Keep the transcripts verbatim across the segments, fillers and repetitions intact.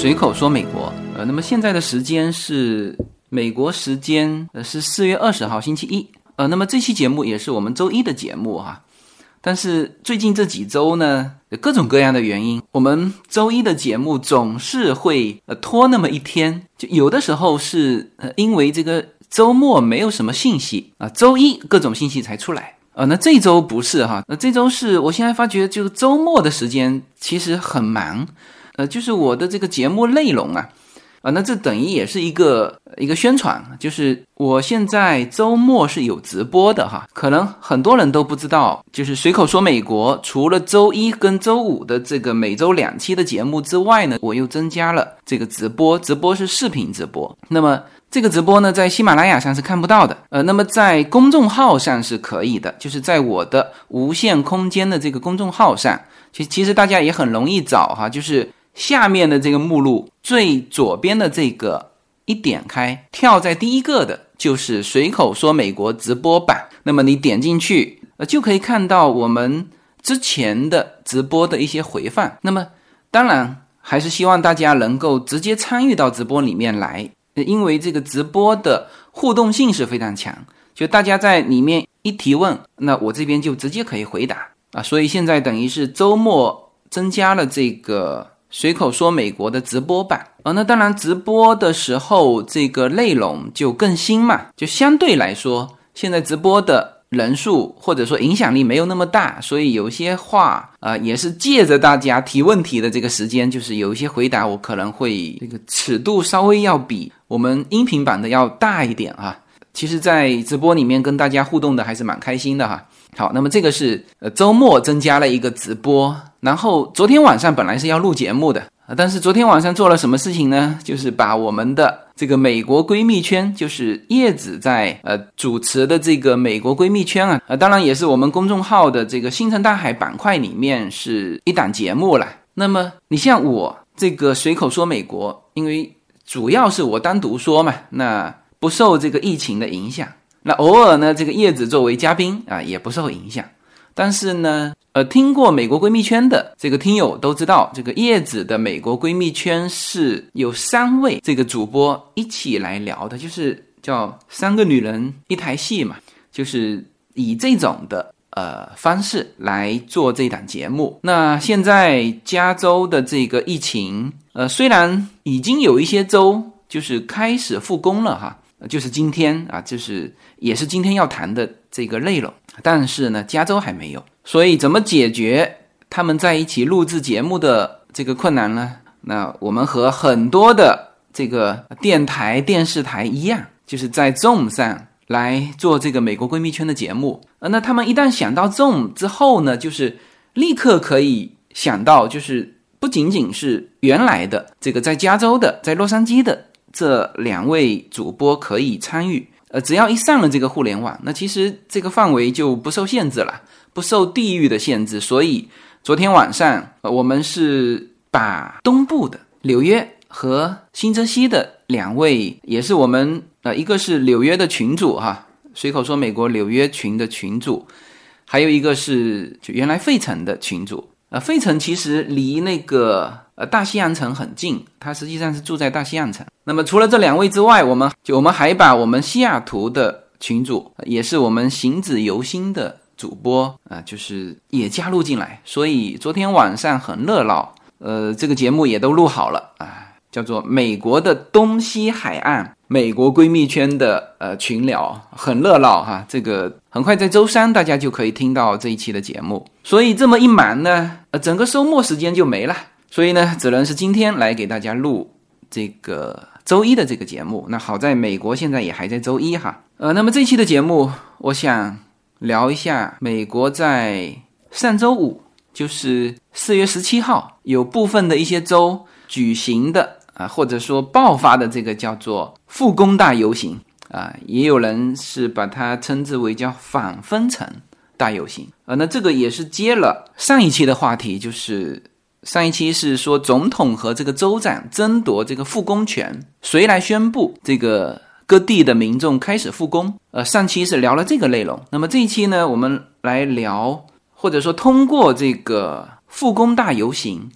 随口说美国。呃，那么现在的时间是美国时间呃是四月二十号星期一。呃，那么这期节目也是我们周一的节目哈。但是最近这几周呢，各种各样的原因，我们周一的节目总是会呃拖那么一天，就有的时候是呃因为这个周末没有什么信息啊、呃，周一各种信息才出来。呃，那这周不是哈，那这周是我现在发觉，就是周末的时间其实很忙，呃，就是我的这个节目内容啊，啊、呃，那这等于也是一个一个宣传，就是我现在周末是有直播的哈，可能很多人都不知道，就是随口说美国，除了周一跟周五的这个每周两期的节目之外呢，我又增加了这个直播，直播是视频直播，那么这个直播呢，在喜马拉雅上是看不到的，呃，那么在公众号上是可以的，就是在我的无限空间的这个公众号上，其其实大家也很容易找哈，就是下面的这个目录最左边的这个一点开，跳在第一个的就是随口说美国直播版，那么你点进去，呃，就可以看到我们之前的直播的一些回放。那么当然还是希望大家能够直接参与到直播里面来。因为这个直播的互动性是非常强，就大家在里面一提问，那我这边就直接可以回答啊。所以现在等于是周末增加了这个随口说美国的直播版啊。那当然直播的时候这个内容就更新嘛，就相对来说现在直播的人数或者说影响力没有那么大，所以有些话啊、呃、也是借着大家提问题的这个时间，就是有一些回答我可能会这个尺度稍微要比我们音频版的要大一点啊。其实在直播里面跟大家互动的还是蛮开心的哈。好，那么这个是呃周末增加了一个直播，然后昨天晚上本来是要录节目的，但是昨天晚上做了什么事情呢？就是把我们的这个美国闺蜜圈，就是叶子在呃主持的这个美国闺蜜圈啊，呃当然也是我们公众号的这个星辰大海板块里面是一档节目了。那么你像我这个随口说美国，因为主要是我单独说嘛，那不受这个疫情的影响。那偶尔呢，这个叶子作为嘉宾啊，也不受影响。但是呢，呃，听过美国闺蜜圈的这个听友都知道，这个叶子的美国闺蜜圈是有三位这个主播一起来聊的，就是叫三个女人一台戏嘛，就是以这种的呃方式来做这档节目。那现在加州的这个疫情，呃，虽然已经有一些州就是开始复工了哈。就是今天啊，就是也是今天要谈的这个内容，但是呢，加州还没有，所以怎么解决他们在一起录制节目的这个困难呢？那我们和很多的这个电台、电视台一样，就是在 Zoom 上来做这个美国闺蜜圈的节目。呃，那他们一旦想到 Zoom 之后呢，就是立刻可以想到，就是不仅仅是原来的这个在加州的、在洛杉矶的。这两位主播可以参与，呃，只要一上了这个互联网，那其实这个范围就不受限制了，不受地域的限制。所以昨天晚上，呃、我们是把东部的纽约和新泽西的两位，也是我们呃，一个是纽约的群主哈，随口说美国纽约群的群主，还有一个是就原来费城的群主。呃，费城其实离那个呃大西洋城很近，他实际上是住在大西洋城。那么除了这两位之外，我们就我们还把我们西雅图的群主，呃、也是我们行止游心的主播啊、呃，就是也加入进来。所以昨天晚上很热闹，呃，这个节目也都录好了啊、呃，叫做美国的东西海岸美国闺蜜圈的呃群聊，很热闹哈。这个很快在周三大家就可以听到这一期的节目。所以这么一忙呢，呃，整个周末时间就没了。所以呢，只能是今天来给大家录这个周一的这个节目。那好在美国现在也还在周一哈。呃，那么这期的节目，我想聊一下美国在上周五，就是四月十七号，有部分的一些州举行的啊，或者说爆发的这个叫做复工大游行啊，也有人是把它称之为叫反封城大游行啊。那这个也是接了上一期的话题，就是上一期是说总统和这个州长争夺这个复工权，谁来宣布这个各地的民众开始复工。呃，上期是聊了这个内容。那么这一期呢，我们来聊，或者说通过这个复工大游行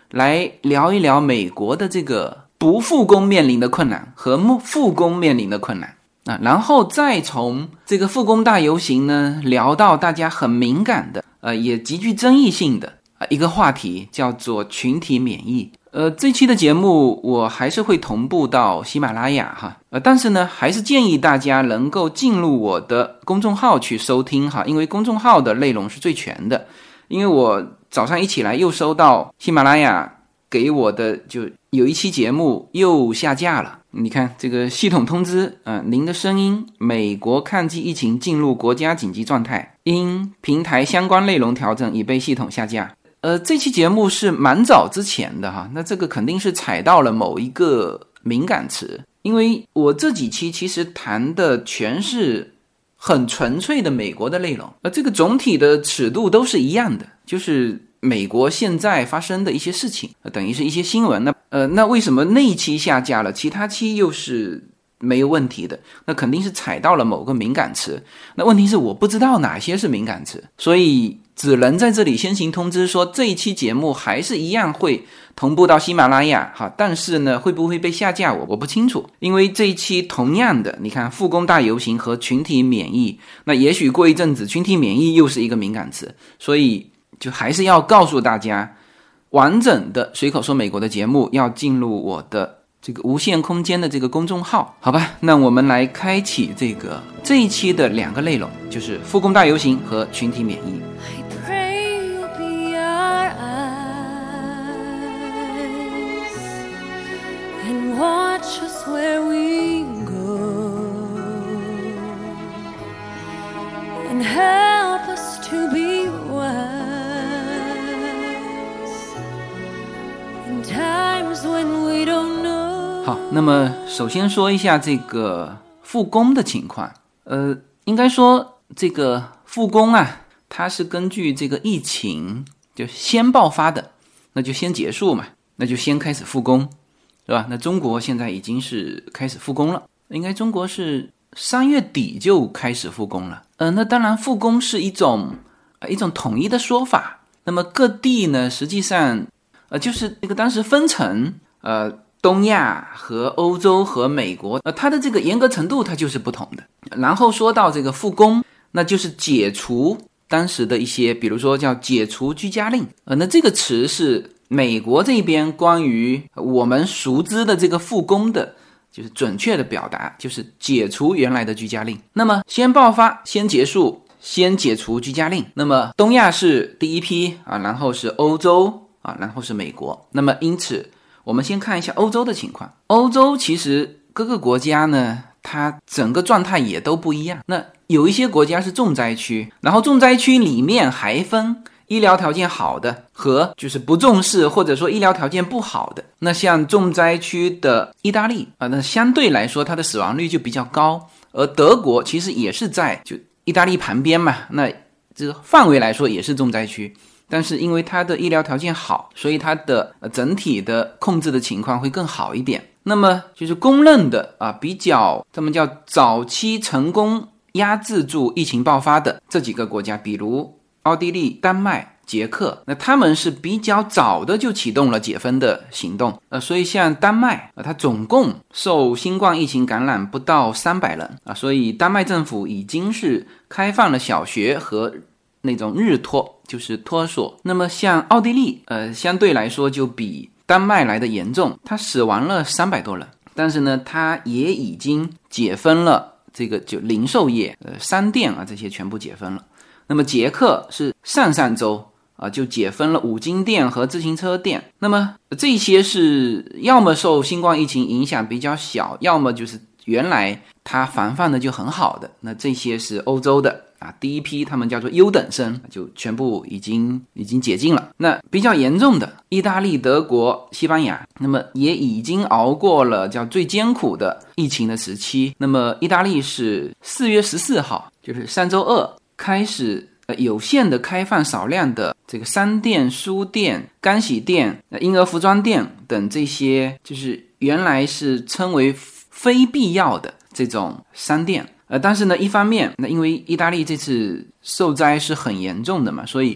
来聊一聊美国的这个不复工面临的困难和复工面临的困难啊，然后再从这个复工大游行呢聊到大家很敏感的呃也极具争议性的啊一个话题，叫做群体免疫。呃，这期的节目我还是会同步到喜马拉雅哈，呃，但是呢，还是建议大家能够进入我的公众号去收听哈，因为公众号的内容是最全的。因为我早上一起来又收到喜马拉雅给我的，就有一期节目又下架了。你看这个系统通知，呃，您的声音，美国抗击疫情进入国家紧急状态，因平台相关内容调整已被系统下架。呃，这期节目是蛮早之前的哈，那这个肯定是踩到了某一个敏感词，因为我这几期其实谈的全是很纯粹的美国的内容，而这个总体的尺度都是一样的，就是美国现在发生的一些事情，等于是一些新闻。那呃，那为什么那一期下架了，其他期又是没有问题的？那肯定是踩到了某个敏感词。那问题是我不知道哪些是敏感词，所以只能在这里先行通知说，这一期节目还是一样会同步到喜马拉雅哈，但是呢，会不会被下架我我不清楚，因为这一期同样的，你看复工大游行和群体免疫，那也许过一阵子群体免疫又是一个敏感词，所以就还是要告诉大家，完整的随口说美国的节目要进入我的这个无限空间的这个公众号，好吧？那我们来开启这个这一期的两个内容，就是复工大游行和群体免疫。 Watch us where we go and help us to be wise in times when we don't know. 好，那么首先说一下这个复工的情况。呃，应该说这个复工啊，它是根据这个疫情就先爆发的，那就先结束嘛，那就先开始复工。是吧？那中国现在已经是开始复工了，应该中国是三月底就开始复工了。呃，那当然复工是一种呃一种统一的说法。那么各地呢，实际上呃就是这个当时分成呃东亚和欧洲和美国，呃它的这个严格程度它就是不同的。然后说到这个复工，那就是解除当时的一些，比如说叫解除居家令。呃，那这个词是美国这边关于我们熟知的这个复工的，就是准确的表达，就是解除原来的居家令。那么先爆发，先结束，先解除居家令。那么东亚是第一批啊，然后是欧洲啊，然后是美国。那么因此，我们先看一下欧洲的情况。欧洲其实各个国家呢，它整个状态也都不一样。那有一些国家是重灾区，然后重灾区里面还分医疗条件好的和就是不重视或者说医疗条件不好的。那像重灾区的意大利啊，那相对来说它的死亡率就比较高，而德国其实也是在就意大利旁边嘛，那这个范围来说也是重灾区，但是因为它的医疗条件好，所以它的整体的控制的情况会更好一点。那么就是公认的啊，比较他们叫早期成功压制住疫情爆发的这几个国家，比如奥地利、丹麦、捷克，那他们是比较早的就启动了解封的行动。呃，所以像丹麦，呃，它总共受新冠疫情感染不到三百人啊，所以丹麦政府已经是开放了小学和那种日托，就是托所。那么像奥地利，呃，相对来说就比丹麦来的严重，它死亡了三百多人，但是呢，它也已经解封了这个就零售业，呃，商店啊这些全部解封了。那么捷克是上上周啊就解封了五金店和自行车店。那么这些是要么受新冠疫情影响比较小，要么就是原来它防范的就很好的。那这些是欧洲的啊，第一批他们叫做优等生，就全部已经已经解禁了。那比较严重的意大利、德国、西班牙，那么也已经熬过了叫最艰苦的疫情的时期。那么意大利是四月十四号，就是上周二开始呃有限的开放少量的这个商店、书店、干洗店、婴儿服装店等这些，就是原来是称为非必要的这种商店。呃，但是呢，一方面，那因为意大利这次受灾是很严重的嘛，所以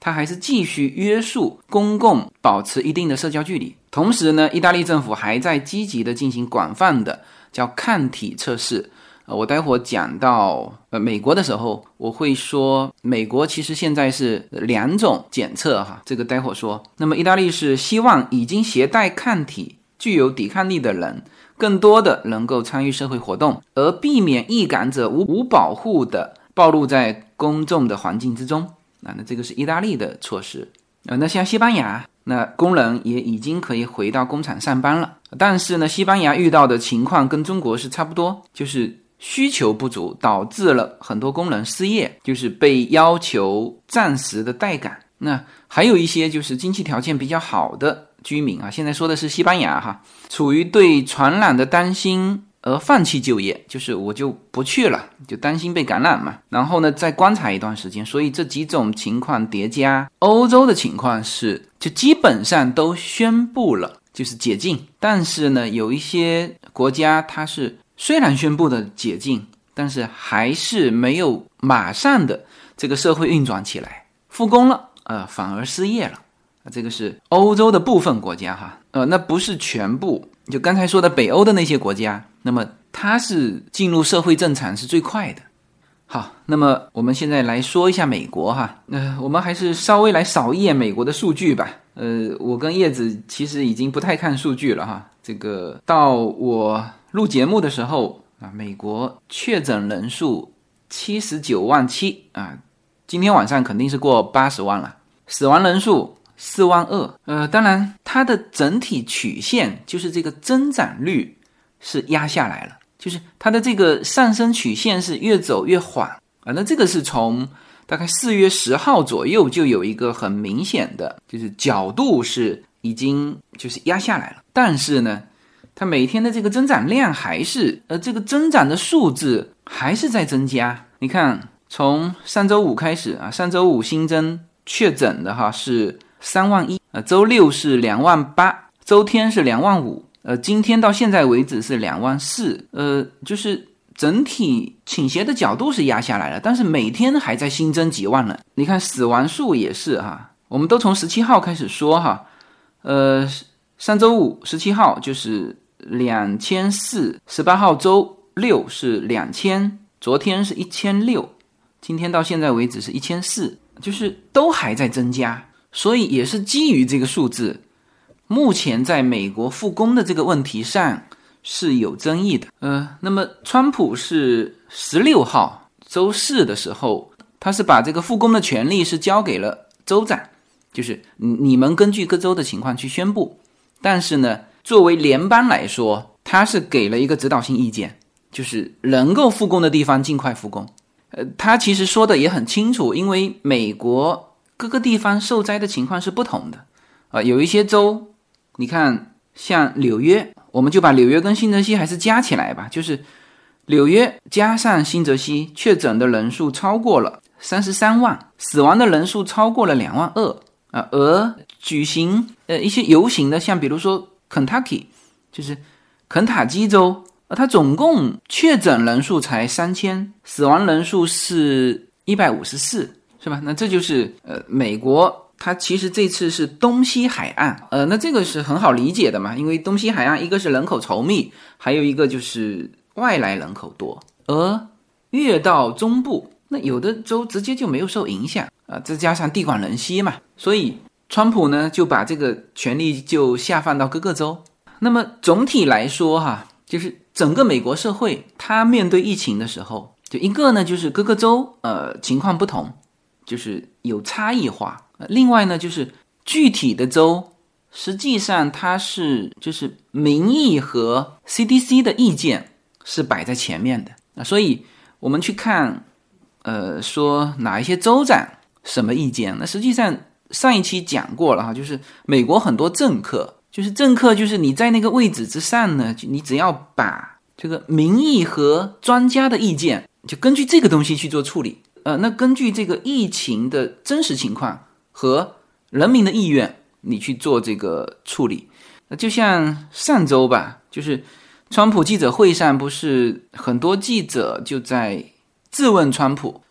它还是继续约束公共保持一定的社交距离。同时呢，意大利政府还在积极的进行广泛的叫抗体测试。呃，我待会儿讲到呃美国的时候，我会说美国其实现在是两种检测哈，这个待会儿说。那么意大利是希望已经携带抗体、具有抵抗力的人，更多的能够参与社会活动，而避免易感者无无保护的暴露在公众的环境之中。啊，那这个是意大利的措施。呃，那像西班牙，那工人也已经可以回到工厂上班了。但是呢，西班牙遇到的情况跟中国是差不多，就是需求不足导致了很多工人失业，就是被要求暂时的待岗。那还有一些就是经济条件比较好的居民啊，现在说的是西班牙哈，处于对传染的担心而放弃就业，就是我就不去了，就担心被感染嘛，然后呢再观察一段时间。所以这几种情况叠加，欧洲的情况是就基本上都宣布了就是解禁，但是呢有一些国家它是虽然宣布的解禁，但是还是没有马上的这个社会运转起来，复工了呃，反而失业了。这个是欧洲的部分国家哈，呃，那不是全部，就刚才说的北欧的那些国家，那么它是进入社会正常是最快的。好，那么我们现在来说一下美国哈，呃，我们还是稍微来扫一眼美国的数据吧。呃，我跟叶子其实已经不太看数据了哈，这个到我录节目的时候啊，美国确诊人数七十九万七啊，今天晚上肯定是过八十万了。死亡人数四万二，呃，当然它的整体曲线就是这个增长率是压下来了，就是它的这个上升曲线是越走越缓啊。那这个是从大概四月十号左右就有一个很明显的，就是角度是已经就是压下来了，但是呢，它每天的这个增长量还是呃这个增长的数字还是在增加。你看，从上周五开始啊，上周五新增确诊的哈是三万一，呃，周六是两万八，周天是两万五，呃，今天到现在为止是两万四，呃，就是整体倾斜的角度是压下来了，但是每天还在新增几万人。你看死亡数也是哈，我们都从十七号开始说哈，呃，上周五十七号就是两千四，十八号周六是两千，昨天是一千六，今天到现在为止是一千四，就是都还在增加。所以也是基于这个数字，目前在美国复工的这个问题上是有争议的。呃，那么川普是十六号周四的时候，他是把这个复工的权利是交给了州长，就是你们根据各州的情况去宣布。但是呢，作为联邦来说，他是给了一个指导性意见，就是能够复工的地方尽快复工。呃，他其实说的也很清楚，因为美国各个地方受灾的情况是不同的，呃，有一些州，你看像纽约，我们就把纽约跟新泽西还是加起来吧，就是纽约加上新泽西确诊的人数超过了三十三万，死亡的人数超过了两万二啊，而举行呃一些游行的，像比如说 Kentucky， 就是肯塔基州，呃，它总共确诊人数才三千，死亡人数是一百五十四。是吧？那这就是呃，美国它其实这次是东西海岸，呃，那这个是很好理解的嘛，因为东西海岸一个是人口稠密，还有一个就是外来人口多，而越到中部，那有的州直接就没有受影响啊、呃，再加上地广人稀嘛，所以川普呢就把这个权力就下放到各个州。那么总体来说哈，就是整个美国社会它面对疫情的时候，就一个呢就是各个州呃情况不同。就是有差异化，另外呢，就是具体的州，实际上它是就是民意和 C D C 的意见是摆在前面的啊，所以我们去看，呃，说哪一些州长什么意见，那实际上上一期讲过了哈，就是美国很多政客，就是政客就是你在那个位置之上呢，你只要把这个民意和专家的意见，就根据这个东西去做处理。呃，那根据这个疫情的真实情况和人民的意愿，你去做这个处理。那就像上周吧，就是川普记者会上，不是很多记者就在质问川普，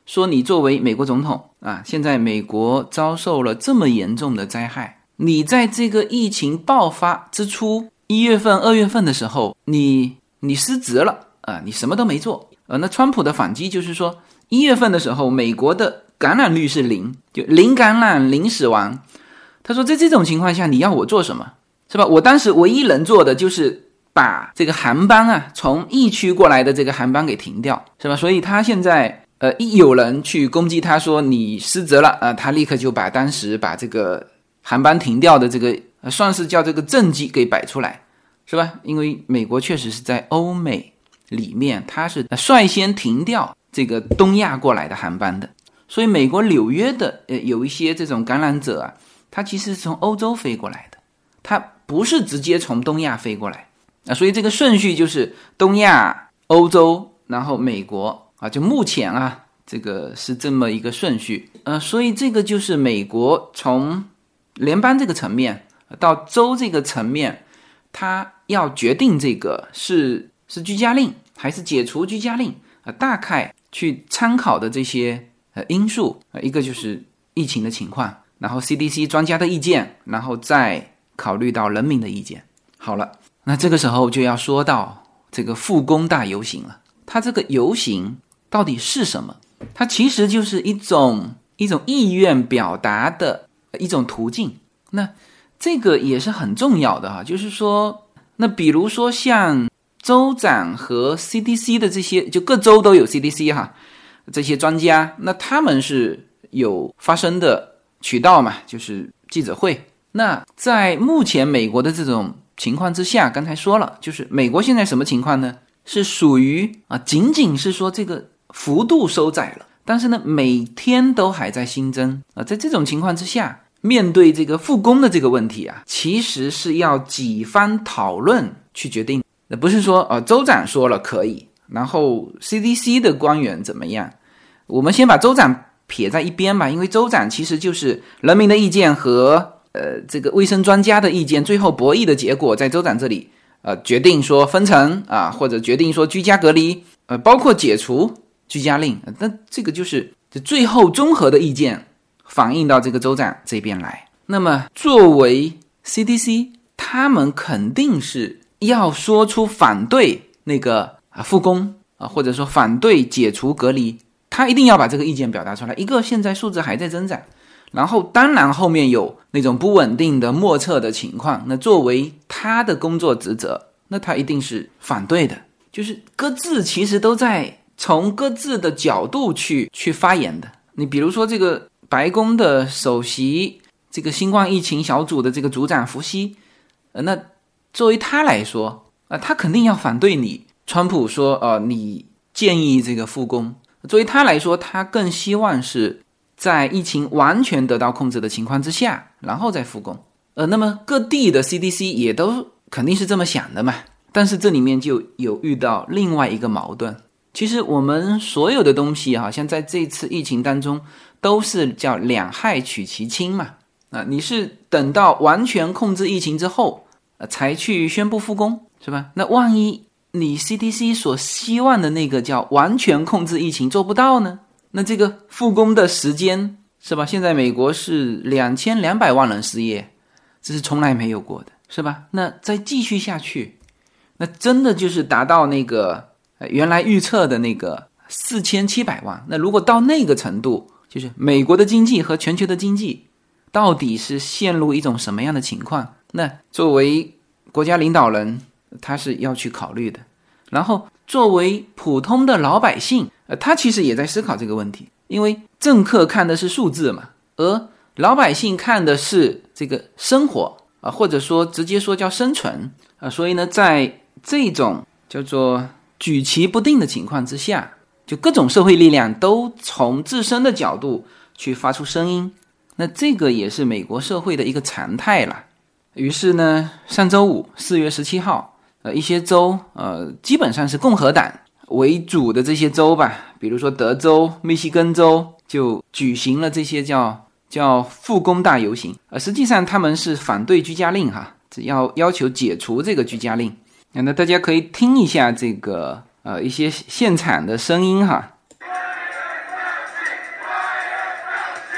说你作为美国总统啊，现在美国遭受了这么严重的灾害，你在这个疫情爆发之初一月份二月份的时候，你你失职了啊，你什么都没做。呃，那川普的反击就是说，一月份的时候美国的感染率是零，就零感染零死亡。他说在这种情况下你要我做什么，是吧？我当时唯一能做的就是把这个航班啊，从疫区过来的这个航班给停掉，是吧？所以他现在呃，一有人去攻击他说你失责了啊、呃，他立刻就把当时把这个航班停掉的这个、呃、算是叫这个政绩给摆出来，是吧？因为美国确实是在欧美里面，他是率先停掉这个东亚过来的航班的，所以美国纽约的呃有一些这种感染者啊，他其实是从欧洲飞过来的，他不是直接从东亚飞过来啊，所以这个顺序就是东亚、欧洲，然后美国啊，就目前啊，这个是这么一个顺序。呃，所以这个就是美国从联邦这个层面到州这个层面，他要决定这个是是居家令还是解除居家令，呃，大概去参考的这些呃因素，呃，一个就是疫情的情况，然后 C D C 专家的意见，然后再考虑到人民的意见。好了，那这个时候就要说到这个复工大游行了。它这个游行到底是什么？它其实就是一种一种意愿表达的一种途径。那这个也是很重要的哈，就是说，那比如说像州长和 C D C 的这些，就各州都有 C D C 哈，这些专家，那他们是有发声的渠道嘛，就是记者会。那在目前美国的这种情况之下，刚才说了，就是美国现在什么情况呢？是属于啊，仅仅是说这个幅度收窄了，但是呢，每天都还在新增啊。在这种情况之下，面对这个复工的这个问题啊，其实是要几番讨论去决定，那不是说啊，州长说了可以，然后 C D C 的官员怎么样？我们先把州长撇在一边吧，因为州长其实就是人民的意见和呃这个卫生专家的意见，最后博弈的结果在州长这里。呃，决定说分层啊，或者决定说居家隔离，呃，包括解除居家令，那这个就是最后综合的意见反映到这个州长这边来。那么作为 C D C， 他们肯定是要说出反对那个啊复工啊，或者说反对解除隔离，他一定要把这个意见表达出来。一个现在数字还在增长。然后当然后面有那种不稳定的莫测的情况，那作为他的工作职责，那他一定是反对的，就是各自其实都在从各自的角度去去发言的。你比如说这个白宫的首席这个新冠疫情小组的这个组长福西，呃，那作为他来说啊、呃，他肯定要反对你川普说呃你建议这个复工，作为他来说，他更希望是在疫情完全得到控制的情况之下，然后再复工。呃，那么各地的 C D C 也都肯定是这么想的嘛。但是这里面就有遇到另外一个矛盾。其实我们所有的东西好像在这次疫情当中都是叫两害取其轻嘛。啊，你是等到完全控制疫情之后，呃，才去宣布复工，是吧？那万一你 C D C 所希望的那个叫完全控制疫情做不到呢？那这个复工的时间是吧？现在美国是两千两百万人失业，这是从来没有过的，是吧？那再继续下去，那真的就是达到那个、呃、原来预测的那个四千七百万。那如果到那个程度，就是美国的经济和全球的经济到底是陷入一种什么样的情况？那作为国家领导人，他是要去考虑的。然后作为普通的老百姓，呃，他其实也在思考这个问题，因为政客看的是数字嘛，而老百姓看的是这个生活啊、呃，或者说直接说叫生存啊、呃，所以呢，在这种叫做举棋不定的情况之下，就各种社会力量都从自身的角度去发出声音，那这个也是美国社会的一个常态啦。于是呢，上周五四月十七号。呃，一些州，呃，基本上是共和党为主的这些州吧，比如说德州、密西根州，就举行了这些叫叫复工大游行。呃，实际上他们是反对居家令哈，只要要求解除这个居家令。那大家可以听一下这个呃一些现场的声音哈。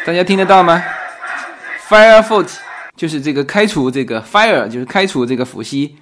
大家听得到吗？ Fire foot 就是这个开除这个 fire 就是开除这个伏羲。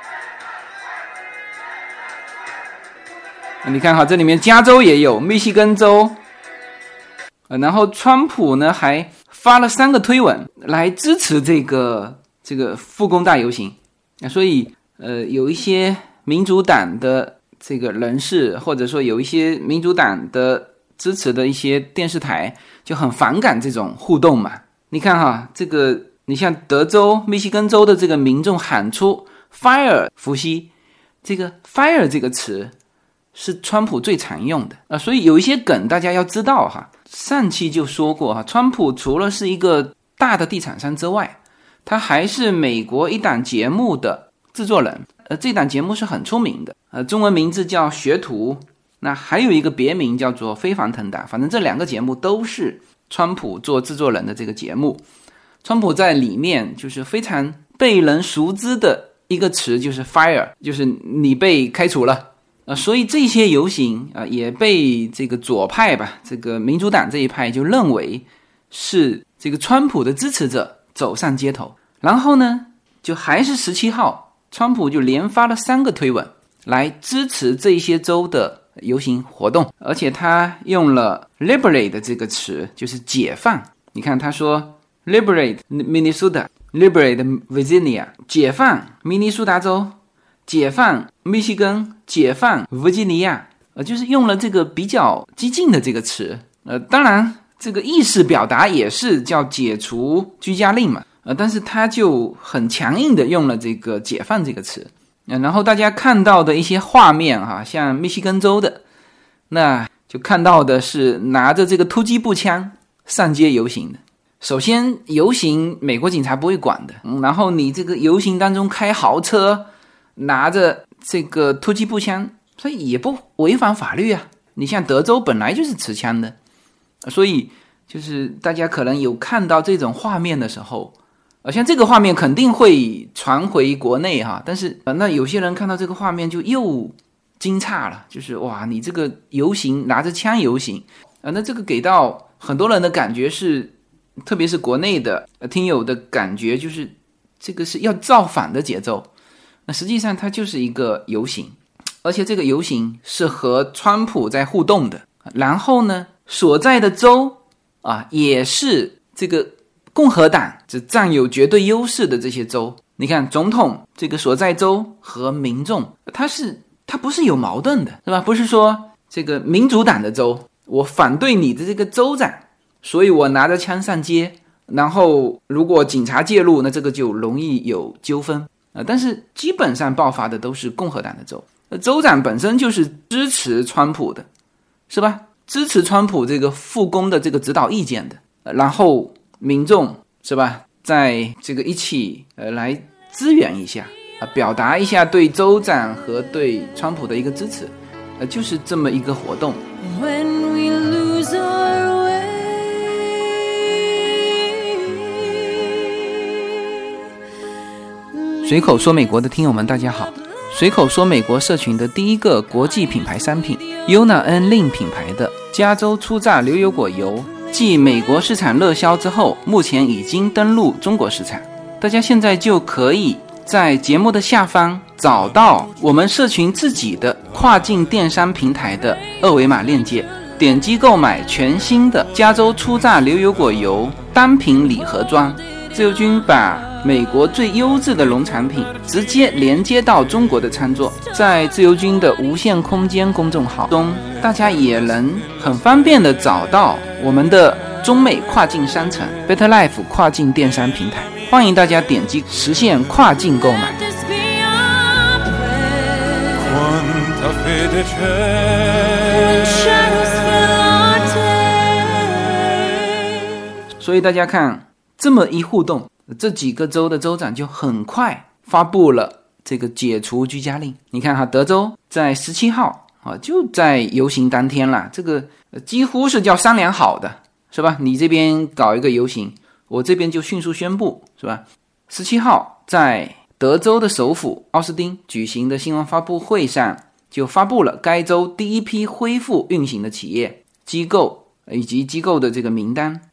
你看哈，这里面加州也有，密西根州，然后川普呢还发了三个推文来支持这个这个复工大游行，所以呃有一些民主党的这个人士，或者说有一些民主党的支持的一些电视台就很反感这种互动嘛。你看哈，这个你像德州、密西根州的这个民众喊出 fire 伏羲，这个 fire 这个词是川普最常用的啊，所以有一些梗大家要知道哈。上期就说过哈，川普除了是一个大的地产商之外，他还是美国一档节目的制作人，呃，这档节目是很出名的，呃，中文名字叫学徒，那还有一个别名叫做飞黄腾达，反正这两个节目都是川普做制作人的这个节目。川普在里面就是非常被人熟知的一个词就是 fire， 就是你被开除了。呃，所以这些游行啊、呃，也被这个左派吧，这个民主党这一派就认为是这个川普的支持者走上街头。然后呢，就还是十七号，川普就连发了三个推文来支持这些州的游行活动，而且他用了 liberate 这个词，就是解放。你看他说 liberate Minnesota， liberate Virginia， 解放明尼苏达州，解放密西根，解放弗吉尼亚，呃，就是用了这个比较激进的这个词。呃，当然这个意思表达也是叫解除居家令嘛，呃，但是他就很强硬的用了这个解放这个词。呃、然后大家看到的一些画面哈，像密西根州的，那就看到的是拿着这个突击步枪上街游行的。首先游行美国警察不会管的，嗯，然后你这个游行当中开豪车拿着这个突击步枪，所以也不违反法律啊。你像德州本来就是持枪的，所以就是大家可能有看到这种画面的时候，呃，像这个画面肯定会传回国内哈，但是呃，那有些人看到这个画面就又惊诧了，就是哇，你这个游行拿着枪游行，呃，那这个给到很多人的感觉是，特别是国内的听友的感觉就是这个是要造反的节奏。那实际上它就是一个游行，而且这个游行是和川普在互动的，然后呢所在的州啊也是这个共和党这占有绝对优势的这些州。你看总统这个所在州和民众，他是他不是有矛盾的，是吧？不是说这个民主党的州我反对你的这个州长，所以我拿着枪上街，然后如果警察介入，那这个就容易有纠纷。呃，但是基本上爆发的都是共和党的州，州长本身就是支持川普的，是吧？支持川普这个复工的这个指导意见的，呃、然后民众是吧，在这个一起呃来支援一下，呃，表达一下对州长和对川普的一个支持，呃，就是这么一个活动。 When we lose our way, 随口说美国的听友们大家好，随口说美国社群的第一个国际品牌商品 Yona and Lin 品牌的加州初榨牛油果油，继美国市场热销之后，目前已经登陆中国市场。大家现在就可以在节目的下方找到我们社群自己的跨境电商平台的二维码链接，点击购买全新的加州初榨牛油果油单品礼盒装。自由军把美国最优质的农产品直接连接到中国的餐桌，在自由军的无限空间公众号中，大家也能很方便的找到我们的中美跨境商城 Better Life 跨境电商平台，欢迎大家点击实现跨境购买。所以大家看这么一互动，这几个州的州长就很快发布了这个解除居家令。你看哈，德州在十七号啊，就在游行当天啦，这个几乎是叫商量好的，是吧？你这边搞一个游行，我这边就迅速宣布，是吧？十七号在德州的首府奥斯汀举行的新闻发布会上，就发布了该州第一批恢复运行的企业、机构以及机构的这个名单。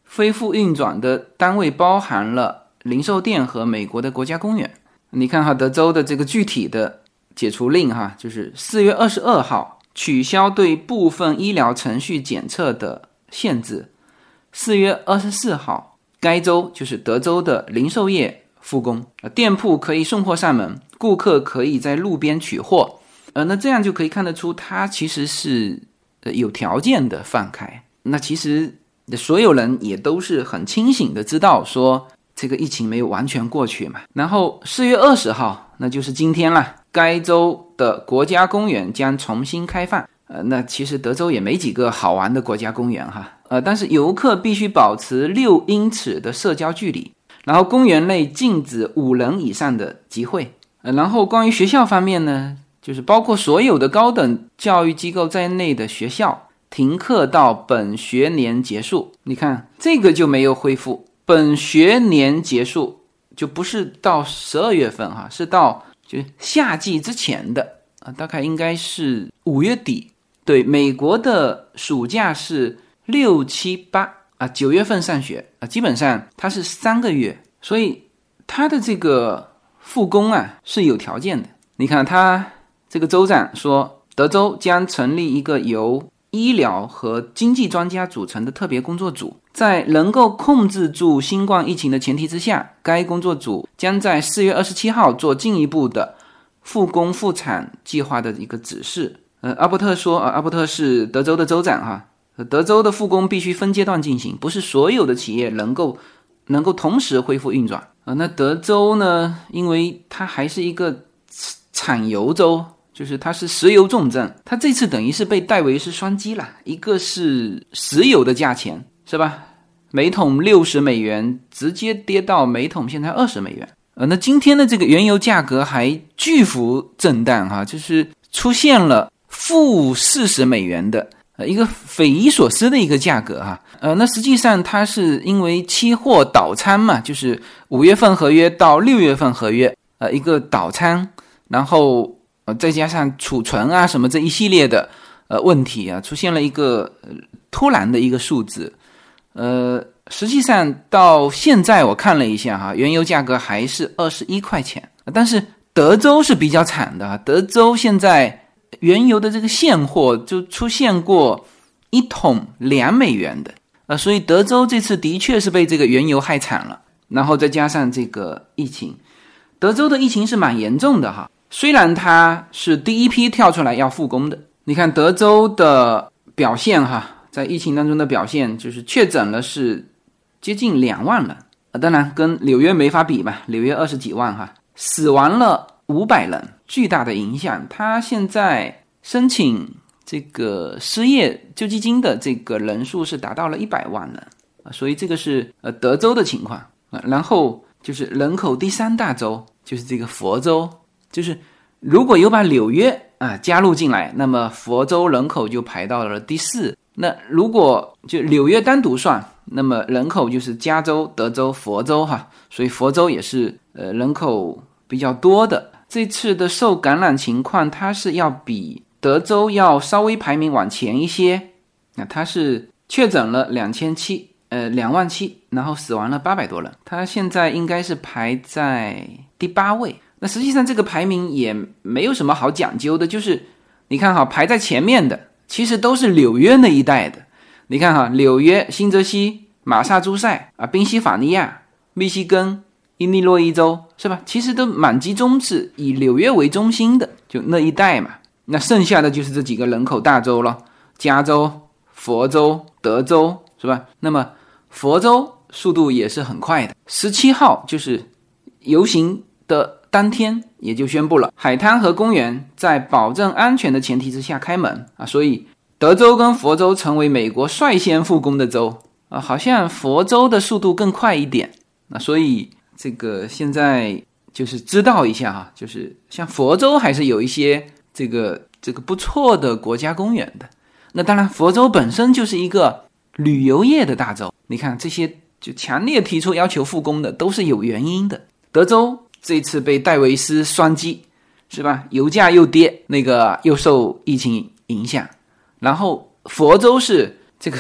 恢复运转的单位包含了零售店和美国的国家公园。你看哈，德州的这个具体的解除令哈，就是四月二十二号取消对部分医疗程序检测的限制。四月二十四号，该州就是德州的零售业复工，店铺可以送货上门，顾客可以在路边取货。呃，那这样就可以看得出，它其实是呃有条件的放开。那其实所有人也都是很清醒的知道说这个疫情没有完全过去嘛。然后四月二十号，那就是今天了，该州的国家公园将重新开放。呃，那其实德州也没几个好玩的国家公园哈。呃，但是游客必须保持六英尺的社交距离，然后公园内禁止五人以上的集会。呃，然后关于学校方面呢，就是包括所有的高等教育机构在内的学校停课到本学年结束。你看这个就没有恢复，本学年结束就不是到十二月份哈，是到就是夏季之前的啊，大概应该是五月底。对，美国的暑假是六七八啊，九月份上学啊，基本上它是三个月，所以它的这个复工啊是有条件的。你看他这个州长说，德州将成立一个由医疗和经济专家组成的特别工作组，在能够控制住新冠疫情的前提之下，该工作组将在四月二十七号做进一步的复工复产计划的一个指示。呃，阿伯特说，呃，阿伯特是德州的州长哈，德州的复工必须分阶段进行，不是所有的企业能够能够同时恢复运转。呃，那德州呢，因为它还是一个产油州，就是它是石油重镇，它这次等于是被戴维斯双击了，一个是石油的价钱是吧，每桶六十美元直接跌到每桶现在二十美元。呃，那今天的这个原油价格还巨幅震荡哈，就是出现了负四十美元的呃一个匪夷所思的一个价格哈。呃，那实际上它是因为期货倒仓嘛，就是五月份合约到六月份合约呃一个倒仓，然后呃再加上储存啊什么这一系列的呃问题啊，出现了一个、呃、突然的一个数字。呃，实际上到现在我看了一下哈，原油价格还是二十一块钱，但是德州是比较惨的，德州现在原油的这个现货就出现过一桶两美元的，呃，所以德州这次的确是被这个原油害惨了，然后再加上这个疫情，德州的疫情是蛮严重的哈。虽然它是第一批跳出来要复工的，你看德州的表现哈，在疫情当中的表现就是确诊了是接近两万人，呃，当然跟纽约没法比嘛，纽约二十几万哈，死亡了五百人，巨大的影响。他现在申请这个失业救济金的这个人数是达到了一百万人，呃、所以这个是呃德州的情况、呃、然后就是人口第三大州就是这个佛州，就是如果有把纽约啊、呃、加入进来，那么佛州人口就排到了第四。那如果就纽约单独算，那么人口就是加州、德州、佛州哈，所以佛州也是呃人口比较多的。这次的受感染情况，它是要比德州要稍微排名往前一些。那它是确诊了两千七，呃两万七，然后死亡了八百多人，它现在应该是排在第八位。那实际上这个排名也没有什么好讲究的，就是你看哈，排在前面的其实都是纽约那一带的。你看哈，纽约、新泽西、马萨诸塞啊、宾夕法尼亚、密西根、伊利诺伊州是吧？其实都蛮集中是以纽约为中心的，就那一带嘛。那剩下的就是这几个人口大州了，加州、佛州、德州是吧？那么佛州速度也是很快的，十七号就是游行的当天也就宣布了，海滩和公园在保证安全的前提之下开门啊，所以德州跟佛州成为美国率先复工的州啊，好像佛州的速度更快一点。那所以这个现在就是知道一下哈，就是像佛州还是有一些这个这个不错的国家公园的。那当然佛州本身就是一个旅游业的大州，你看这些就强烈提出要求复工的都是有原因的。德州这次被戴维斯双击是吧，油价又跌，那个又受疫情影响，然后佛州是这个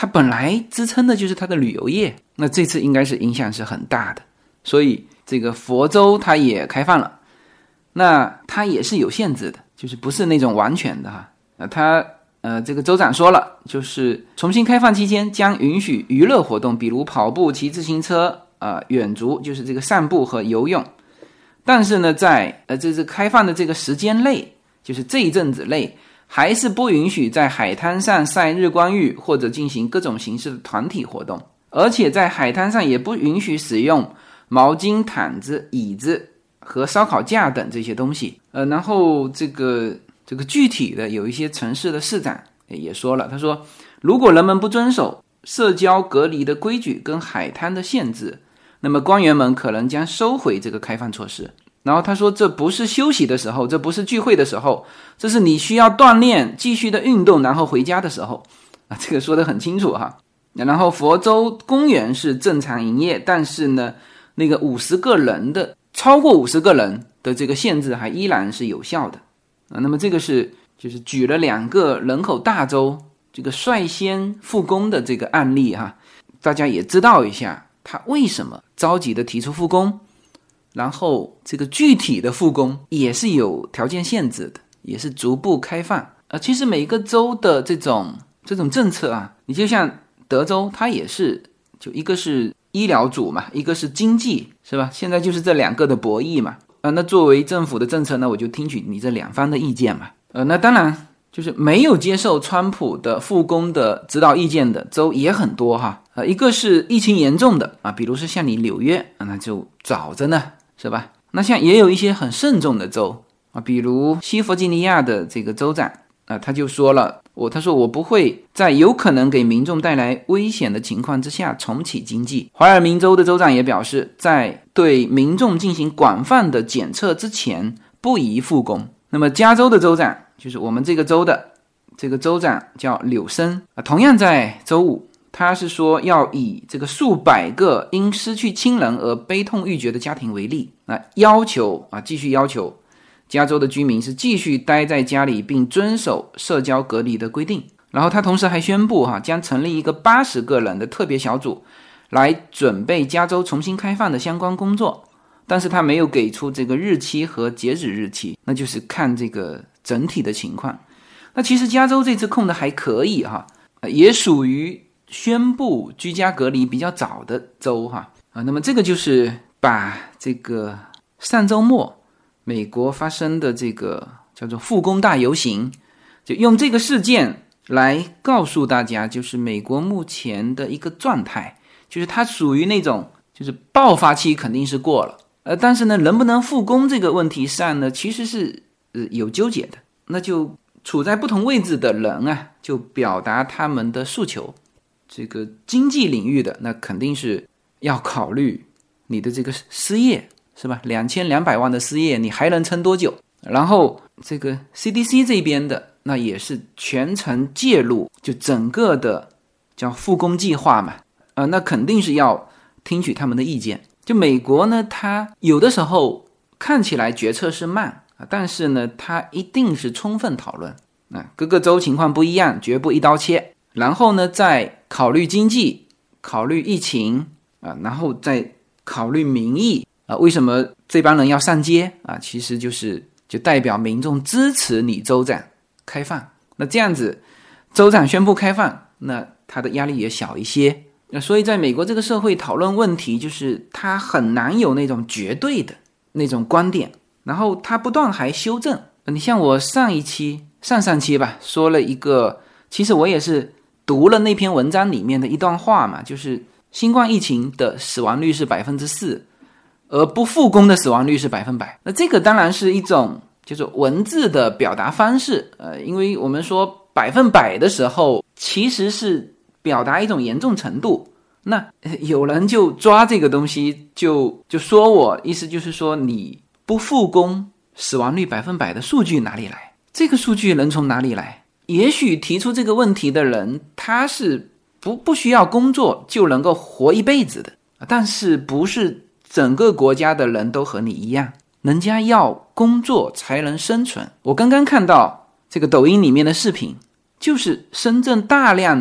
它本来支撑的就是它的旅游业，那这次应该是影响是很大的，所以这个佛州它也开放了，那它也是有限制的，就是不是那种完全的哈。那它呃这个州长说了，就是重新开放期间将允许娱乐活动，比如跑步、骑自行车、呃远足，就是这个散步和游泳。但是呢，在呃这是开放的这个时间内，就是这一阵子内，还是不允许在海滩上晒日光浴或者进行各种形式的团体活动，而且在海滩上也不允许使用毛巾、毯子、椅子和烧烤架等这些东西。呃，然后这个这个具体的有一些城市的市长也说了，他说，如果人们不遵守社交隔离的规矩跟海滩的限制，那么官员们可能将收回这个开放措施。然后他说，这不是休息的时候，这不是聚会的时候，这是你需要锻炼继续的运动然后回家的时候啊，这个说得很清楚哈。然后佛州公园是正常营业，但是呢那个五十个人的超过五十个人的这个限制还依然是有效的啊。那么这个是就是举了两个人口大州这个率先复工的这个案例哈，大家也知道一下他为什么着急的提出复工，然后这个具体的复工也是有条件限制的，也是逐步开放。呃，其实每个州的这种这种政策啊，你就像德州，它也是就一个是医疗组嘛，一个是经济，是吧？现在就是这两个的博弈嘛。呃，那作为政府的政策呢，我就听取你这两方的意见嘛。呃，那当然就是没有接受川普的复工的指导意见的州也很多哈。呃，一个是疫情严重的啊，比如是像你纽约啊，那就早着呢，是吧？那像也有一些很慎重的州啊，比如西弗吉尼亚的这个州长啊，他就说了，我他说我不会在有可能给民众带来危险的情况之下重启经济。怀尔明州的州长也表示，在对民众进行广泛的检测之前不宜复工。那么加州的州长就是我们这个州的这个州长叫柳森啊，同样在周五，他是说要以这个数百个因失去亲人而悲痛欲绝的家庭为例，啊，要求啊继续要求加州的居民是继续待在家里并遵守社交隔离的规定。然后他同时还宣布哈、啊，将成立一个八十个人的特别小组来准备加州重新开放的相关工作，但是他没有给出这个日期和截止日期，那就是看这个整体的情况。那其实加州这次控的还可以哈，也属于宣布居家隔离比较早的州哈啊。那么这个就是把这个上周末美国发生的这个叫做复工大游行，就用这个事件来告诉大家，就是美国目前的一个状态，就是它属于那种就是爆发期肯定是过了，呃，但是呢，能不能复工这个问题上呢，其实是呃有纠结的。那就处在不同位置的人啊，就表达他们的诉求。这个经济领域的，那肯定是要考虑你的这个失业，是吧？两千两百万的失业，你还能撑多久？然后这个 C D C 这边的，那也是全程介入，就整个的叫复工计划嘛，呃，那肯定是要听取他们的意见。就美国呢，它有的时候看起来决策是慢，但是呢，它一定是充分讨论啊，各个州情况不一样，绝不一刀切。然后呢，再考虑经济，考虑疫情啊，然后再考虑民意啊。为什么这帮人要上街啊？其实就是就代表民众支持你州长开放。那这样子，州长宣布开放，那他的压力也小一些。那所以在美国这个社会讨论问题，就是他很难有那种绝对的那种观点。然后他不断还修正，你像我上一期上上期吧说了一个，其实我也是读了那篇文章里面的一段话嘛，就是新冠疫情的死亡率是 百分之四， 而不复工的死亡率是百分百。那这个当然是一种就是文字的表达方式，呃，因为我们说百分百的时候其实是表达一种严重程度，那有人就抓这个东西就就说我意思就是说你不复工死亡率百分百的数据哪里来？这个数据能从哪里来？也许提出这个问题的人他是不不需要工作就能够活一辈子的，但是不是整个国家的人都和你一样，人家要工作才能生存。我刚刚看到这个抖音里面的视频，就是深圳大量的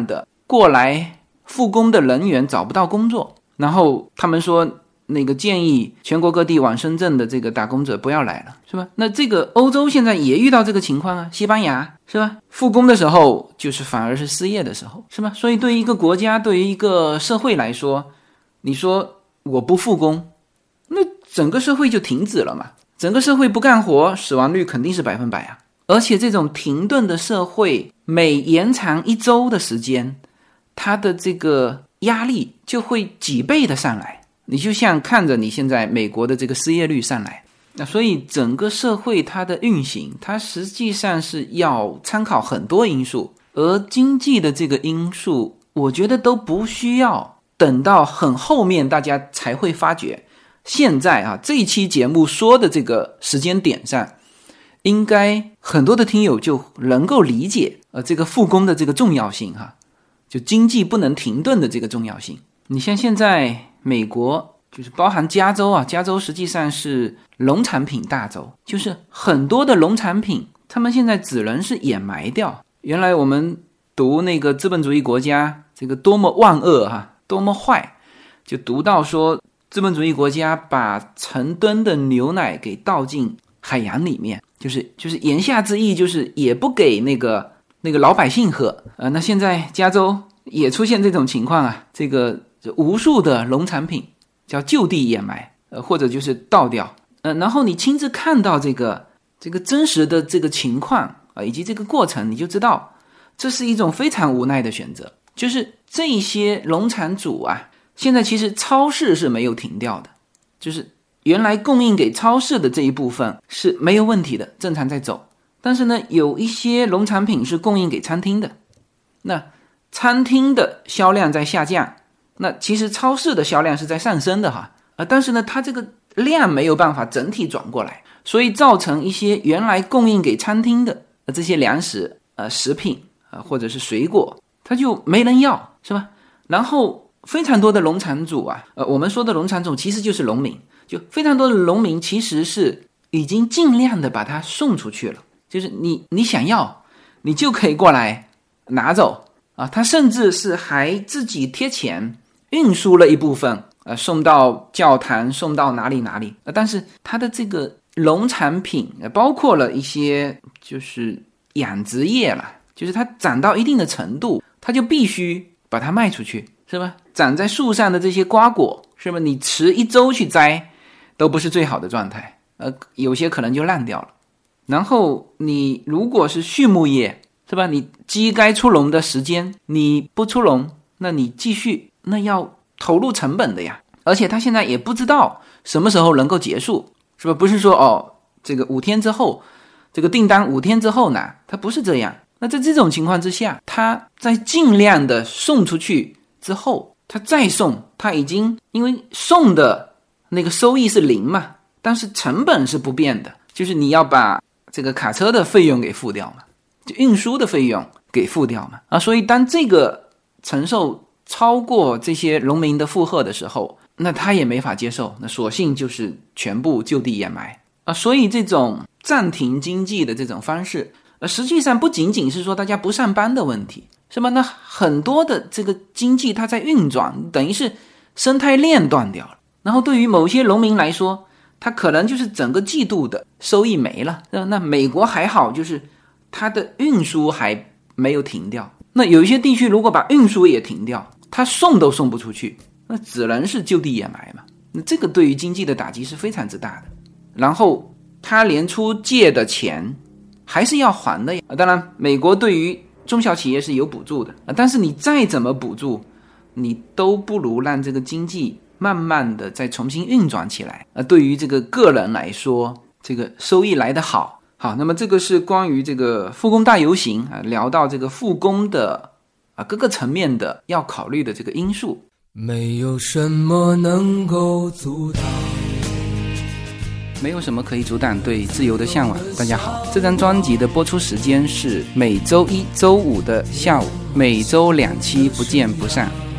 过来复工的人员找不到工作，然后他们说那个建议全国各地往深圳的这个打工者不要来了，是吧？那这个欧洲现在也遇到这个情况啊，西班牙是吧？复工的时候就是反而是失业的时候，是吧？所以对于一个国家，对于一个社会来说，你说我不复工，那整个社会就停止了嘛，整个社会不干活，死亡率肯定是百分百啊。而且这种停顿的社会，每延长一周的时间，它的这个压力就会几倍的上来。你就像看着你现在美国的这个失业率上来，那所以整个社会它的运行，它实际上是要参考很多因素，而经济的这个因素，我觉得都不需要等到很后面大家才会发觉。现在啊，这一期节目说的这个时间点上，应该很多的听友就能够理解呃这个复工的这个重要性哈，就经济不能停顿的这个重要性。你像现在美国就是包含加州啊，加州实际上是农产品大州，就是很多的农产品他们现在只能是掩埋掉。原来我们读那个资本主义国家这个多么万恶哈，多么坏，就读到说资本主义国家把成吨的牛奶给倒进海洋里面，就是就是言下之意就是也不给那个那个老百姓喝。呃，那现在加州也出现这种情况啊，这个无数的农产品叫就地掩埋，呃，或者就是倒掉，呃，然后你亲自看到这个这个真实的这个情况啊、呃，以及这个过程，你就知道这是一种非常无奈的选择。就是这些农产主啊，现在其实超市是没有停掉的，就是原来供应给超市的这一部分是没有问题的，正常在走。但是呢，有一些农产品是供应给餐厅的，那餐厅的销量在下降。那其实超市的销量是在上升的哈，呃，但是呢，它这个量没有办法整体转过来，所以造成一些原来供应给餐厅的这些粮食、呃食品呃或者是水果，它就没人要，是吧？然后非常多的农产主啊，呃，我们说的农产主其实就是农民，就非常多的农民其实是已经尽量的把它送出去了，就是你你想要，你就可以过来拿走啊，他甚至是还自己贴钱。运输了一部分，呃，送到教堂，送到哪里哪里，呃，但是它的这个农产品，呃，包括了一些就是养殖业了，就是它长到一定的程度，它就必须把它卖出去，是吧？长在树上的这些瓜果，是吧？你迟一周去摘，都不是最好的状态，呃，有些可能就烂掉了。然后你如果是畜牧业，是吧？你鸡该出笼的时间你不出笼，那你继续。那要投入成本的呀，而且他现在也不知道什么时候能够结束，是吧？不是说哦，这个五天之后，这个订单五天之后拿，他不是这样。那在这种情况之下，他在尽量的送出去之后，他再送，他已经因为送的那个收益是零嘛，但是成本是不变的，就是你要把这个卡车的费用给付掉嘛，就运输的费用给付掉嘛啊，所以当这个承受超过这些农民的负荷的时候，那他也没法接受，那索性就是全部就地掩埋啊。所以这种暂停经济的这种方式，呃，实际上不仅仅是说大家不上班的问题，是吧？那很多的这个经济它在运转，等于是生态链断掉了。然后对于某些农民来说，他可能就是整个季度的收益没了。那美国还好，就是它的运输还没有停掉。那有一些地区如果把运输也停掉，他送都送不出去，那只能是就地掩埋嘛。那这个对于经济的打击是非常之大的。然后他连出借的钱还是要还的呀。当然，美国对于中小企业是有补助的，但是你再怎么补助，你都不如让这个经济慢慢的再重新运转起来。呃，对于这个个人来说，这个收益来得好。好，那么这个是关于这个复工大游行啊，聊到这个复工的啊各个层面的要考虑的这个因素。 没有什么能够阻挡， 没有什么可以阻挡对自由的向往。大家好，这张专辑的播出时间是每周一周五的下午，每周两期不见不散。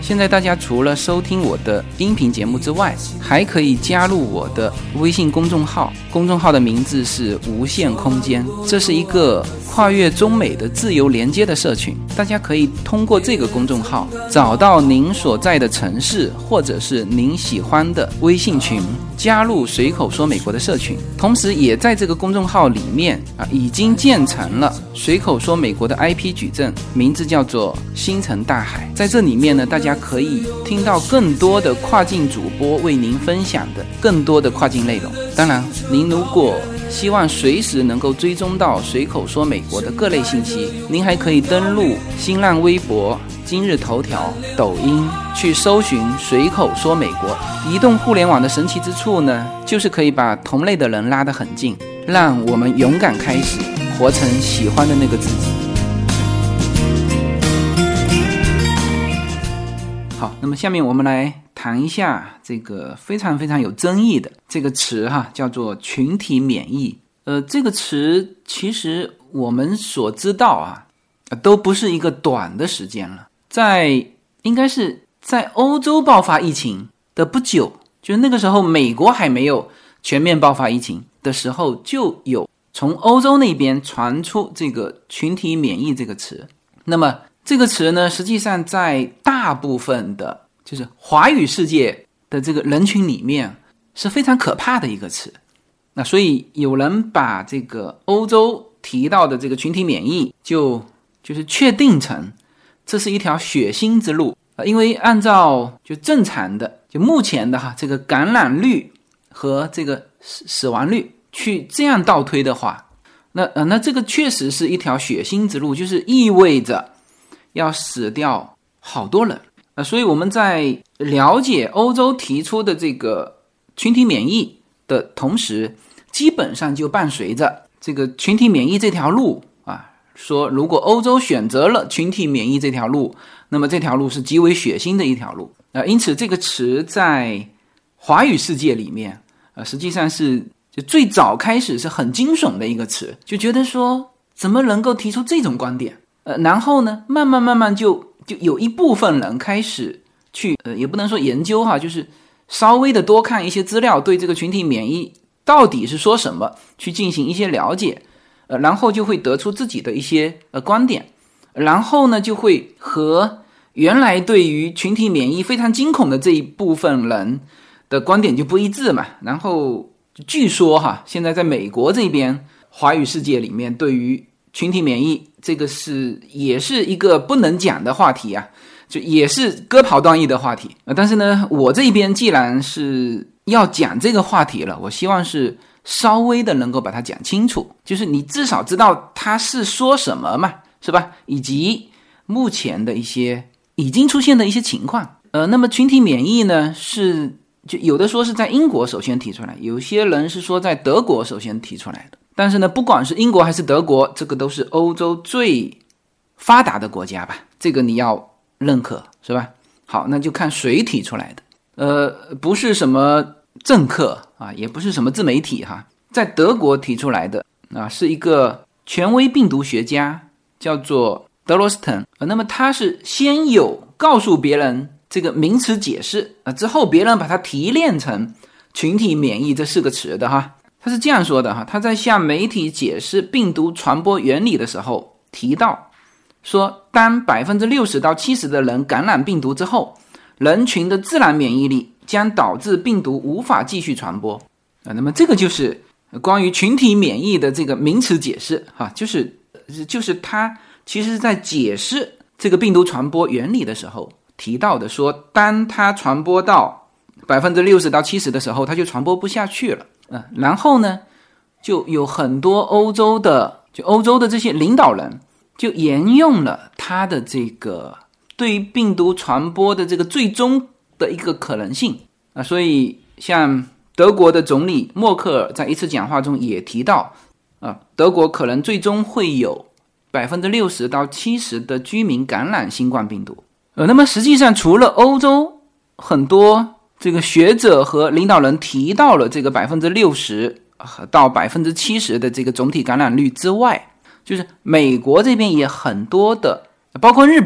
现在大家除了收听我的音频节目之外，还可以加入我的微信公众号，公众号的名字是无限空间，这是一个跨越中美的自由连接的社群，大家可以通过这个公众号找到您所在的城市或者是您喜欢的微信群，加入随口说美国的社群。同时也在这个公众号里面啊，已经建成了随口说美国的 I P 矩阵，名字叫做星辰大海。在这里面呢，大家可以听到更多的跨境主播为您分享的更多的跨境内容。当然，您如果希望随时能够追踪到随口说美国的各类信息，您还可以登录新浪微博、今日头条、抖音去搜寻随口说美国。移动互联网的神奇之处呢，就是可以把同类的人拉得很近，让我们勇敢开始，活成喜欢的那个自己。好，那么下面我们来谈一下这个非常非常有争议的这个词哈，叫做群体免疫。呃，这个词其实我们所知道啊，都不是一个短的时间了，在应该是在欧洲爆发疫情的不久，就是那个时候美国还没有全面爆发疫情的时候，就有从欧洲那边传出这个群体免疫这个词。那么这个词呢，实际上在大部分的就是华语世界的这个人群里面是非常可怕的一个词。那所以有人把这个欧洲提到的这个群体免疫就就是确定成这是一条血腥之路，因为按照就正常的就目前的哈这个感染率和这个死死亡率去这样倒推的话，那呃那这个确实是一条血腥之路，就是意味着要死掉好多人。呃，所以我们在了解欧洲提出的这个群体免疫的同时，基本上就伴随着这个群体免疫这条路啊，说如果欧洲选择了群体免疫这条路，那么这条路是极为血腥的一条路。呃，因此这个词在华语世界里面，呃，实际上是就最早开始是很惊悚的一个词，就觉得说怎么能够提出这种观点？呃，然后呢，慢慢慢慢就就有一部分人开始去呃，也不能说研究哈，就是稍微的多看一些资料，对这个群体免疫到底是说什么去进行一些了解，呃，然后就会得出自己的一些呃观点，然后呢就会和原来对于群体免疫非常惊恐的这一部分人的观点就不一致嘛。然后据说哈，现在在美国这边华语世界里面，对于群体免疫这个是也是一个不能讲的话题啊，就也是割袍断义的话题。呃，但是呢，我这边既然是要讲这个话题了，我希望是稍微的能够把它讲清楚，就是你至少知道它是说什么嘛，是吧？以及目前的一些已经出现的一些情况。呃，那么群体免疫呢，是就有的说是在英国首先提出来，有些人是说在德国首先提出来的。但是呢，不管是英国还是德国，这个都是欧洲最发达的国家吧，这个你要认可，是吧？好，那就看谁提出来的。呃，不是什么政客啊，也不是什么自媒体哈，在德国提出来的啊，是一个权威病毒学家，叫做德罗斯滕。呃，那么他是先有告诉别人这个名词解释啊，之后别人把它提炼成群体免疫这四个词的哈。他是这样说的哈，他在向媒体解释病毒传播原理的时候提到说，当 百分之六十到七十 的人感染病毒之后，人群的自然免疫力将导致病毒无法继续传播啊。那么这个就是关于群体免疫的这个名词解释哈，就是就是他其实是在解释这个病毒传播原理的时候提到的，说当它传播到 百分之六十到七十 的时候，它就传播不下去了。嗯，然后呢，就有很多欧洲的，就欧洲的这些领导人，就沿用了他的这个对于病毒传播的这个最终的一个可能性啊。所以，像德国的总理默克尔在一次讲话中也提到，啊，德国可能最终会有 百分之六十到七十 的居民感染新冠病毒。呃，那么实际上，除了欧洲很多这个学者和领导人提到了这个 百分之六十 到 百分之七十 的这个总体感染率之外，就是美国这边也很多的，包括日本，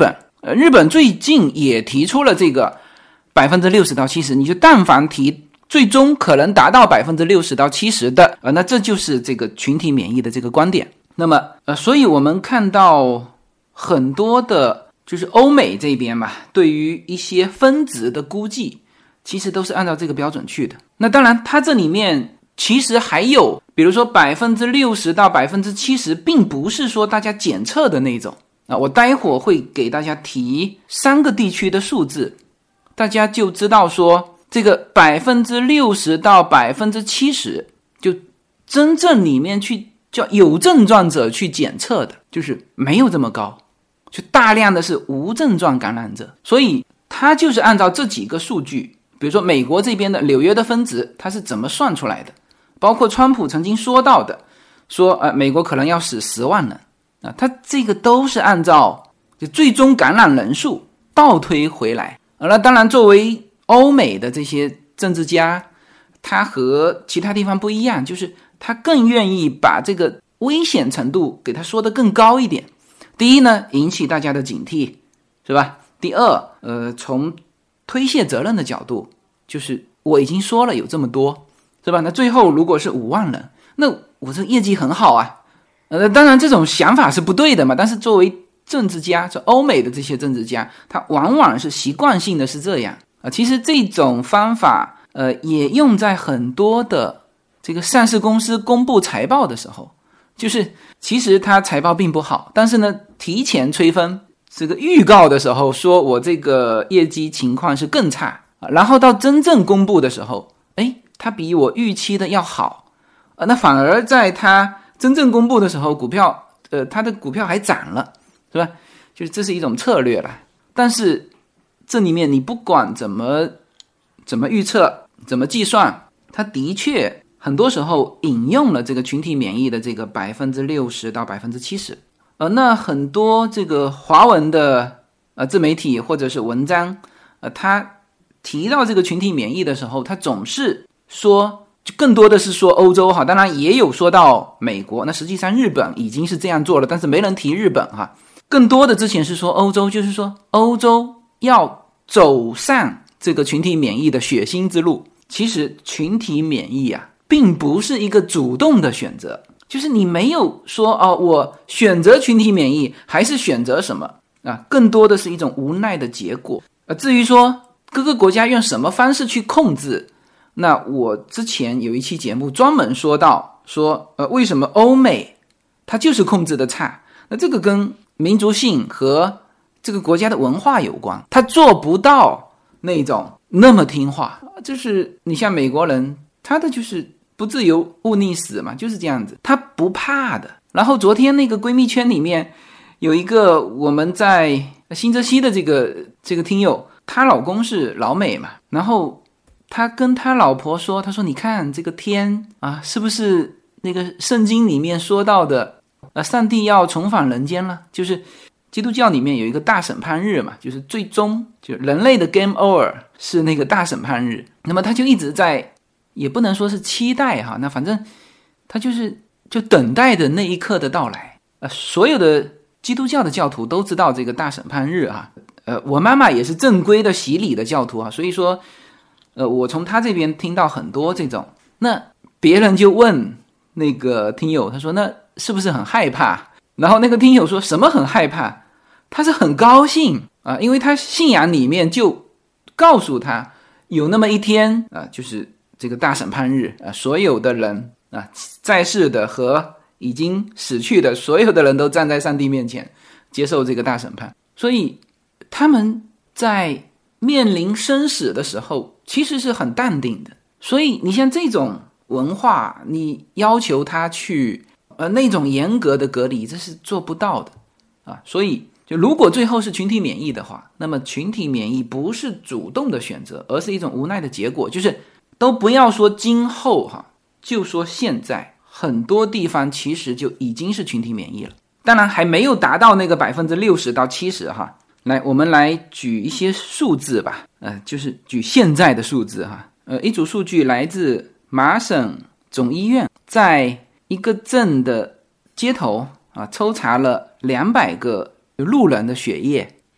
呃，日本最近也提出了这个百分之六十到七十，你就但凡提最终可能达到百分之六十到七十的，呃，那这就是这个群体免疫的这个观点。那么，呃，所以我们看到很多的，就是欧美这边吧，对于一些分子的估计，其实都是按照这个标准去的。那当然，它这里面其实还有，比如说百分之六十到百分之七十，并不是说大家检测的那种啊。我待会儿会给大家提三个地区的数字，大家就知道说这个百分之六十到百分之七十，就真正里面去叫有症状者去检测的，就是没有这么高，就大量的是无症状感染者。所以它就是按照这几个数据，比如说美国这边的纽约的分值，它是怎么算出来的？包括川普曾经说到的，说呃美国可能要死十万人啊，它这个都是按照就最终感染人数倒推回来。啊、那当然，作为欧美的这些政治家，他和其他地方不一样，就是他更愿意把这个危险程度给他说得更高一点。第一呢，引起大家的警惕，是吧？第二，呃，从推卸责任的角度，就是我已经说了有这么多，是吧？那最后如果是五万人，那我这业绩很好啊。呃，当然这种想法是不对的嘛，但是作为政治家，就欧美的这些政治家，他往往是习惯性的是这样啊。其实这种方法，呃，也用在很多的这个上市公司公布财报的时候，就是其实他财报并不好，但是呢，提前催分，这个预告的时候说我这个业绩情况是更差啊，然后到真正公布的时候，诶，它比我预期的要好啊，那反而在它真正公布的时候，股票呃，它的股票还涨了，是吧？就是这是一种策略了。但是这里面你不管怎么怎么预测，怎么计算，它的确很多时候引用了这个群体免疫的这个百分之六十到百分之七十。呃，那很多这个华文的呃自媒体或者是文章，呃，他提到这个群体免疫的时候，他总是说，就更多的是说欧洲哈，当然也有说到美国。那实际上日本已经是这样做了，但是没人提日本哈。更多的之前是说欧洲，就是说欧洲要走上这个群体免疫的血腥之路。其实群体免疫啊，并不是一个主动的选择。就是你没有说哦，我选择群体免疫还是选择什么啊？更多的是一种无奈的结果。呃，至于说各个国家用什么方式去控制，那我之前有一期节目专门说到，说呃为什么欧美它就是控制的差？那这个跟民族性和这个国家的文化有关，它做不到那种那么听话。就是你像美国人，他的就是不自由勿逆死嘛，就是这样子，他不怕的。然后昨天那个闺蜜圈里面有一个我们在新泽西的这个这个听友，她老公是老美嘛，然后他跟他老婆说，他说你看这个天啊，是不是那个圣经里面说到的呃，上帝要重返人间了，就是基督教里面有一个大审判日嘛，就是最终就人类的 game over 是那个大审判日。那么他就一直在，也不能说是期待哈，那反正他就是就等待着那一刻的到来。呃，所有的基督教的教徒都知道这个大审判日啊。呃，我妈妈也是正规的洗礼的教徒啊，所以说，呃，我从他这边听到很多这种。那别人就问那个听友，他说那是不是很害怕？然后那个听友说什么很害怕？他是很高兴啊，因为他信仰里面就告诉他有那么一天啊，就是这个大审判日啊，所有的人啊，在世的和已经死去的所有的人都站在上帝面前接受这个大审判。所以他们在面临生死的时候其实是很淡定的。所以你像这种文化，你要求他去呃那种严格的隔离，这是做不到的啊。所以就如果最后是群体免疫的话，那么群体免疫不是主动的选择，而是一种无奈的结果。就是都不要说今后哈，就说现在很多地方其实就已经是群体免疫了，当然还没有达到那个百分之六十到七十哈。来，我们来举一些数字吧，呃，就是举现在的数字哈。呃，一组数据来自麻省总医院，在一个镇的街头啊，抽查了两百个路人的血液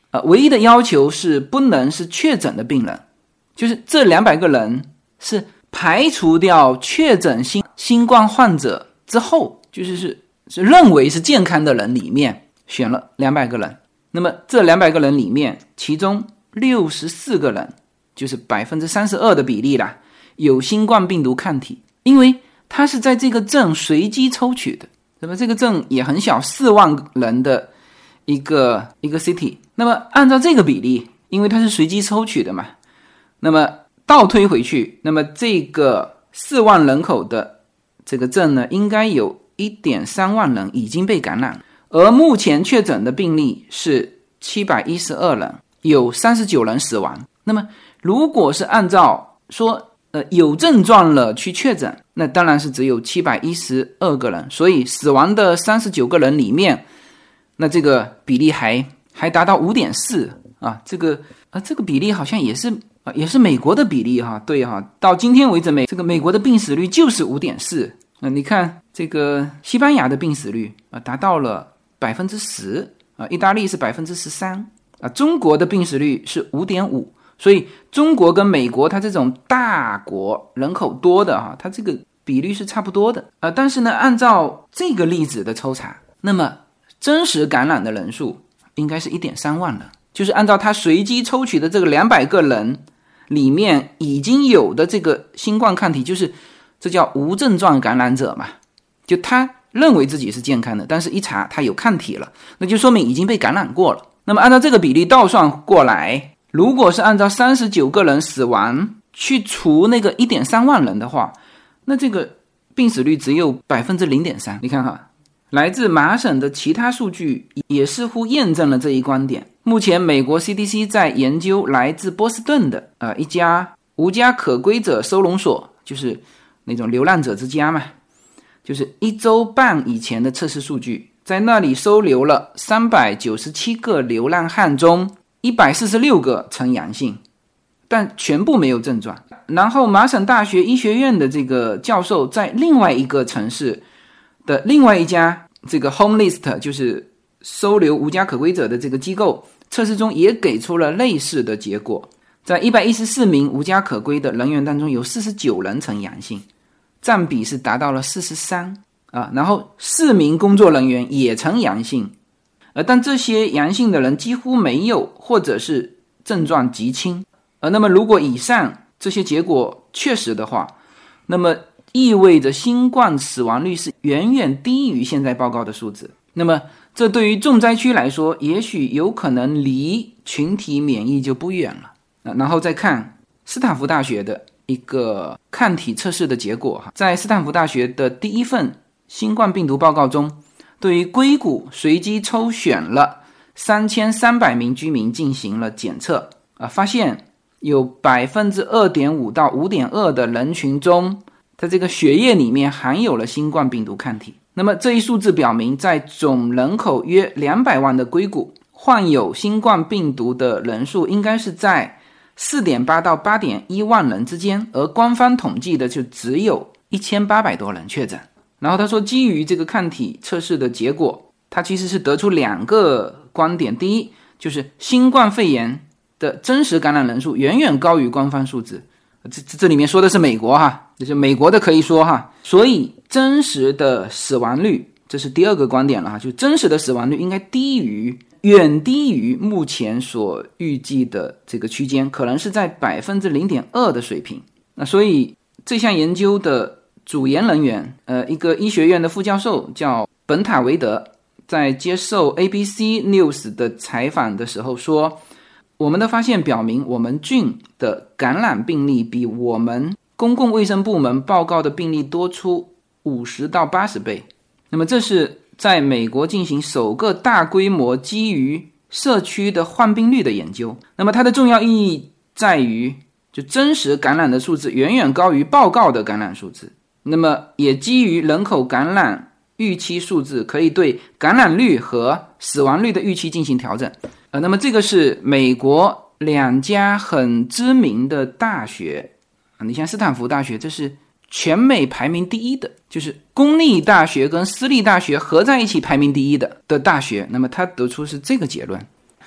呃，唯一的要求是不能是确诊的病人，就是这两百个人是排除掉确诊新新冠患者之后，就是是是认为是健康的人里面选了两百个人。那么这两百个人里面，其中六十四个人，就是 百分之三十二 的比例啦，有新冠病毒抗体，因为它是在这个镇随机抽取的。那么这个镇也很小，四万人的一个一个 city。那么按照这个比例，因为它是随机抽取的嘛，那么倒推回去，那么这个四万人口的这个镇呢，应该有 一点三万人已经被感染，而目前确诊的病例是七百一十二人，有三十九人死亡。那么如果是按照说呃有症状了去确诊，那当然是只有七百一十二个人，所以死亡的三十九个人里面，那这个比例还还达到 五点四 啊，这个啊这个比例好像也是啊也是美国的比例哈，对哈，到今天为止美这个美国的病死率就是 五点四。呃，你看这个西班牙的病死率啊达到了 百分之十 啊，意大利是 百分之十三 啊，中国的病死率是 五点五。所以中国跟美国它这种大国人口多的哈，它这个比率是差不多的啊。但是呢，按照这个例子的抽查，那么真实感染的人数应该是 一点三万人，就是按照它随机抽取的这个两百个人里面已经有的这个新冠抗体，就是这叫无症状感染者嘛，就他认为自己是健康的，但是一查他有抗体了，那就说明已经被感染过了。那么按照这个比例倒算过来，如果是按照三十九个人死亡去除那个 一点三万人的话，那这个病死率只有 百分之零点三。 你看哈，来自麻省的其他数据也似乎验证了这一观点。目前美国 C D C 在研究来自波士顿的呃一家无家可归者收容所，就是那种流浪者之家嘛，就是一周半以前的测试数据，在那里收留了三百九十七个流浪汉中一百四十六个呈阳性，但全部没有症状。然后麻省大学医学院的这个教授在另外一个城市的另外一家这个 Homelist 就是收留无家可归者的这个机构测试中也给出了类似的结果，在一百一十四名无家可归的人员当中，有四十九人呈阳性，占比是达到了四十三啊。然后四名工作人员也呈阳性，呃，但这些阳性的人几乎没有或者是症状极轻。呃，那么如果以上这些结果确实的话，那么意味着新冠死亡率是远远低于现在报告的数字。那么这对于重灾区来说，也许有可能离群体免疫就不远了。呃、然后再看斯坦福大学的一个抗体测试的结果，在斯坦福大学的第一份新冠病毒报告中，对于硅谷随机抽选了三千三百名居民进行了检测，呃、发现有 百分之二点五 到 五点二 的人群中，它这个血液里面含有了新冠病毒抗体。那么这一数字表明，在总人口约两百万的硅谷，患有新冠病毒的人数应该是在 四点八 到 八点一 万人之间，而官方统计的就只有一千八百多人确诊。然后他说，基于这个抗体测试的结果，他其实是得出两个观点。第一，就是新冠肺炎的真实感染人数远远高于官方数字，这这里面说的是美国哈，就是美国的可以说哈，所以真实的死亡率，这是第二个观点了哈，就真实的死亡率应该低于远低于目前所预计的这个区间，可能是在 百分之零点二 的水平。那所以这项研究的主研人员，呃，一个医学院的副教授叫本塔维德，在接受 A B C News 的采访的时候说，我们的发现表明，我们郡的感染病例比我们公共卫生部门报告的病例多出五十到八十倍。那么这是在美国进行首个大规模基于社区的患病率的研究。那么它的重要意义在于，就真实感染的数字远远高于报告的感染数字。那么也基于人口感染预期数字，可以对感染率和死亡率的预期进行调整。呃，那么这个是美国两家很知名的大学啊，你像斯坦福大学，这是全美排名第一的，就是公立大学跟私立大学合在一起排名第一的的大学。那么他得出是这个结论。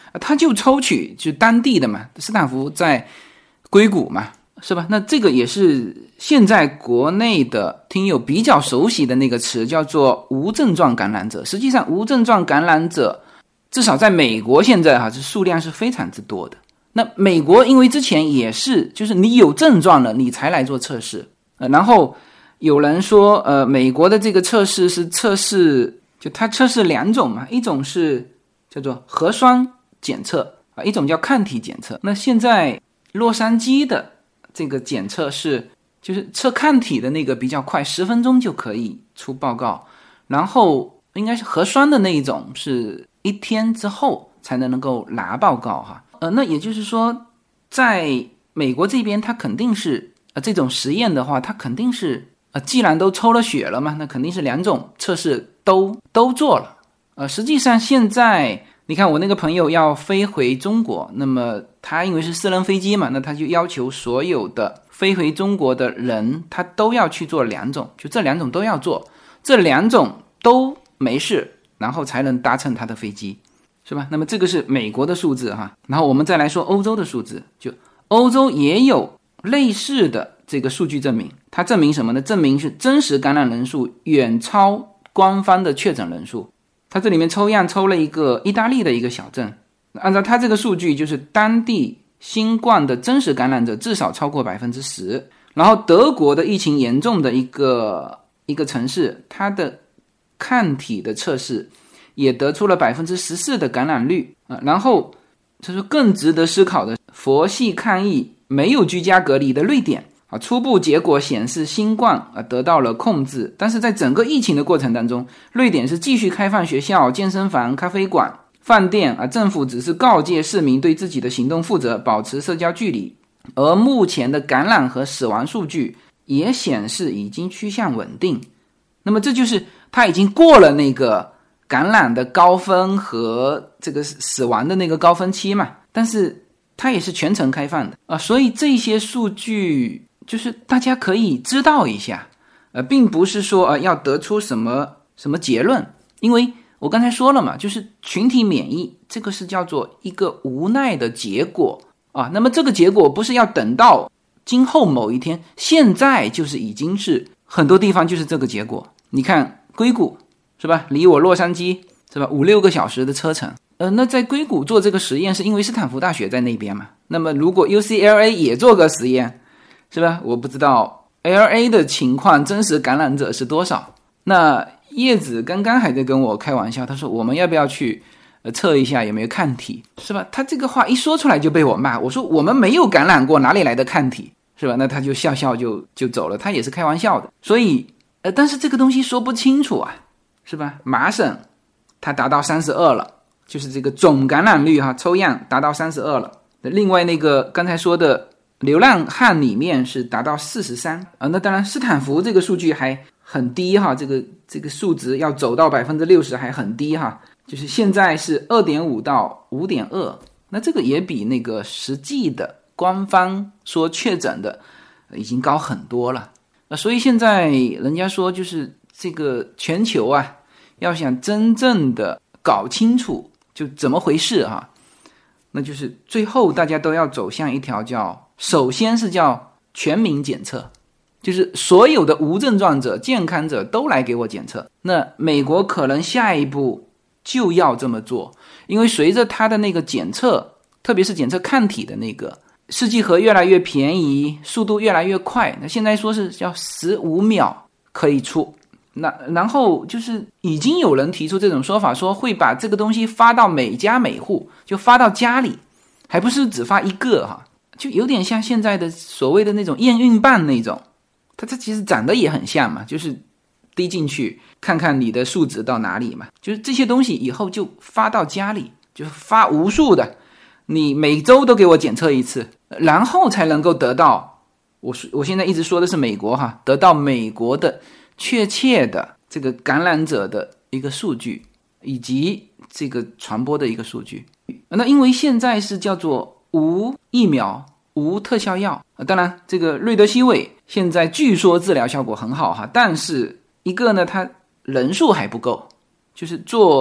他就抽取就当地的嘛，斯坦福在硅谷嘛，是吧？那这个也是现在国内的听友比较熟悉的那个词，叫做无症状感染者。实际上无症状感染者至少在美国现在哈、啊，这数量是非常之多的。那美国因为之前也是就是你有症状了你才来做测试，呃，然后有人说呃，美国的这个测试是测试就它测试两种嘛，一种是叫做核酸检测啊，一种叫抗体检测。那现在洛杉矶的这个检测是就是测抗体的那个比较快，十分钟就可以出报告，然后应该是核酸的那一种是一天之后才能能够拿报告哈。呃，那也就是说在美国这边它肯定是呃这种实验的话，它肯定是呃既然都抽了血了嘛，那肯定是两种测试都都做了。呃，实际上现在你看我那个朋友要飞回中国，那么他因为是私人飞机嘛，那他就要求所有的飞回中国的人他都要去做两种，就这两种都要做，这两种都没事，然后才能搭乘他的飞机，是吧？那么这个是美国的数字哈，然后我们再来说欧洲的数字，就欧洲也有类似的这个数据证明，它证明什么呢？证明是真实感染人数远超官方的确诊人数。它这里面抽样抽了一个意大利的一个小镇，按照它这个数据，就是当地新冠的真实感染者至少超过 百分之十， 然后德国的疫情严重的一个一个城市，它的抗体的测试也得出了 百分之十四 的感染率、呃、然后这是更值得思考的，佛系抗疫没有居家隔离的瑞典啊，初步结果显示新冠啊得到了控制，但是在整个疫情的过程当中，瑞典是继续开放学校、健身房、咖啡馆、饭店啊，政府只是告诫市民对自己的行动负责，保持社交距离。而目前的感染和死亡数据也显示已经趋向稳定。那么这就是它已经过了那个感染的高峰和这个死亡的那个高峰期嘛，但是它也是全程开放的啊，所以这些数据就是大家可以知道一下，呃，并不是说呃要得出什么什么结论，因为我刚才说了嘛，就是群体免疫，这个是叫做一个无奈的结果啊。那么这个结果不是要等到今后某一天，现在就是已经是很多地方就是这个结果。你看硅谷是吧，离我洛杉矶是吧五六个小时的车程。呃，那在硅谷做这个实验是因为斯坦福大学在那边嘛？那么如果 U C L A 也做个实验，是吧？我不知道 L A 的情况真实感染者是多少。那叶子刚刚还在跟我开玩笑，他说我们要不要去呃测一下有没有抗体，是吧？他这个话一说出来就被我骂，我说我们没有感染过，哪里来的抗体，是吧？那他就笑笑就就走了，他也是开玩笑的。所以呃，但是这个东西说不清楚啊，是吧？麻省它达到三十二了，就是这个总感染率哈，抽样达到三十二了。另外那个刚才说的流浪汉里面是达到四十三啊，那当然斯坦福这个数据还很低哈，这个这个数值要走到 百分之六十 还很低哈，就是现在是 二点五 到 五点二， 那这个也比那个实际的官方说确诊的已经高很多了。那所以现在人家说就是这个全球啊，要想真正的搞清楚就怎么回事哈，那就是最后大家都要走向一条叫，首先是叫全民检测，就是所有的无症状者、健康者都来给我检测。那美国可能下一步就要这么做，因为随着它的那个检测，特别是检测抗体的那个试剂盒越来越便宜，速度越来越快，那现在说是要十五秒可以出。那然后就是已经有人提出这种说法，说会把这个东西发到每家每户，就发到家里，还不是只发一个哈，就有点像现在的所谓的那种验孕棒那种，它它其实长得也很像嘛，就是滴进去看看你的数值到哪里嘛，就是这些东西以后就发到家里，就是发无数的，你每周都给我检测一次，然后才能够得到我我现在一直说的是美国哈，得到美国的确切的这个感染者的一个数据，以及这个传播的一个数据。那因为现在是叫做无疫苗、无特效药，当然这个瑞德西韦现在据说治疗效果很好哈，但是一个呢，它人数还不够，就是做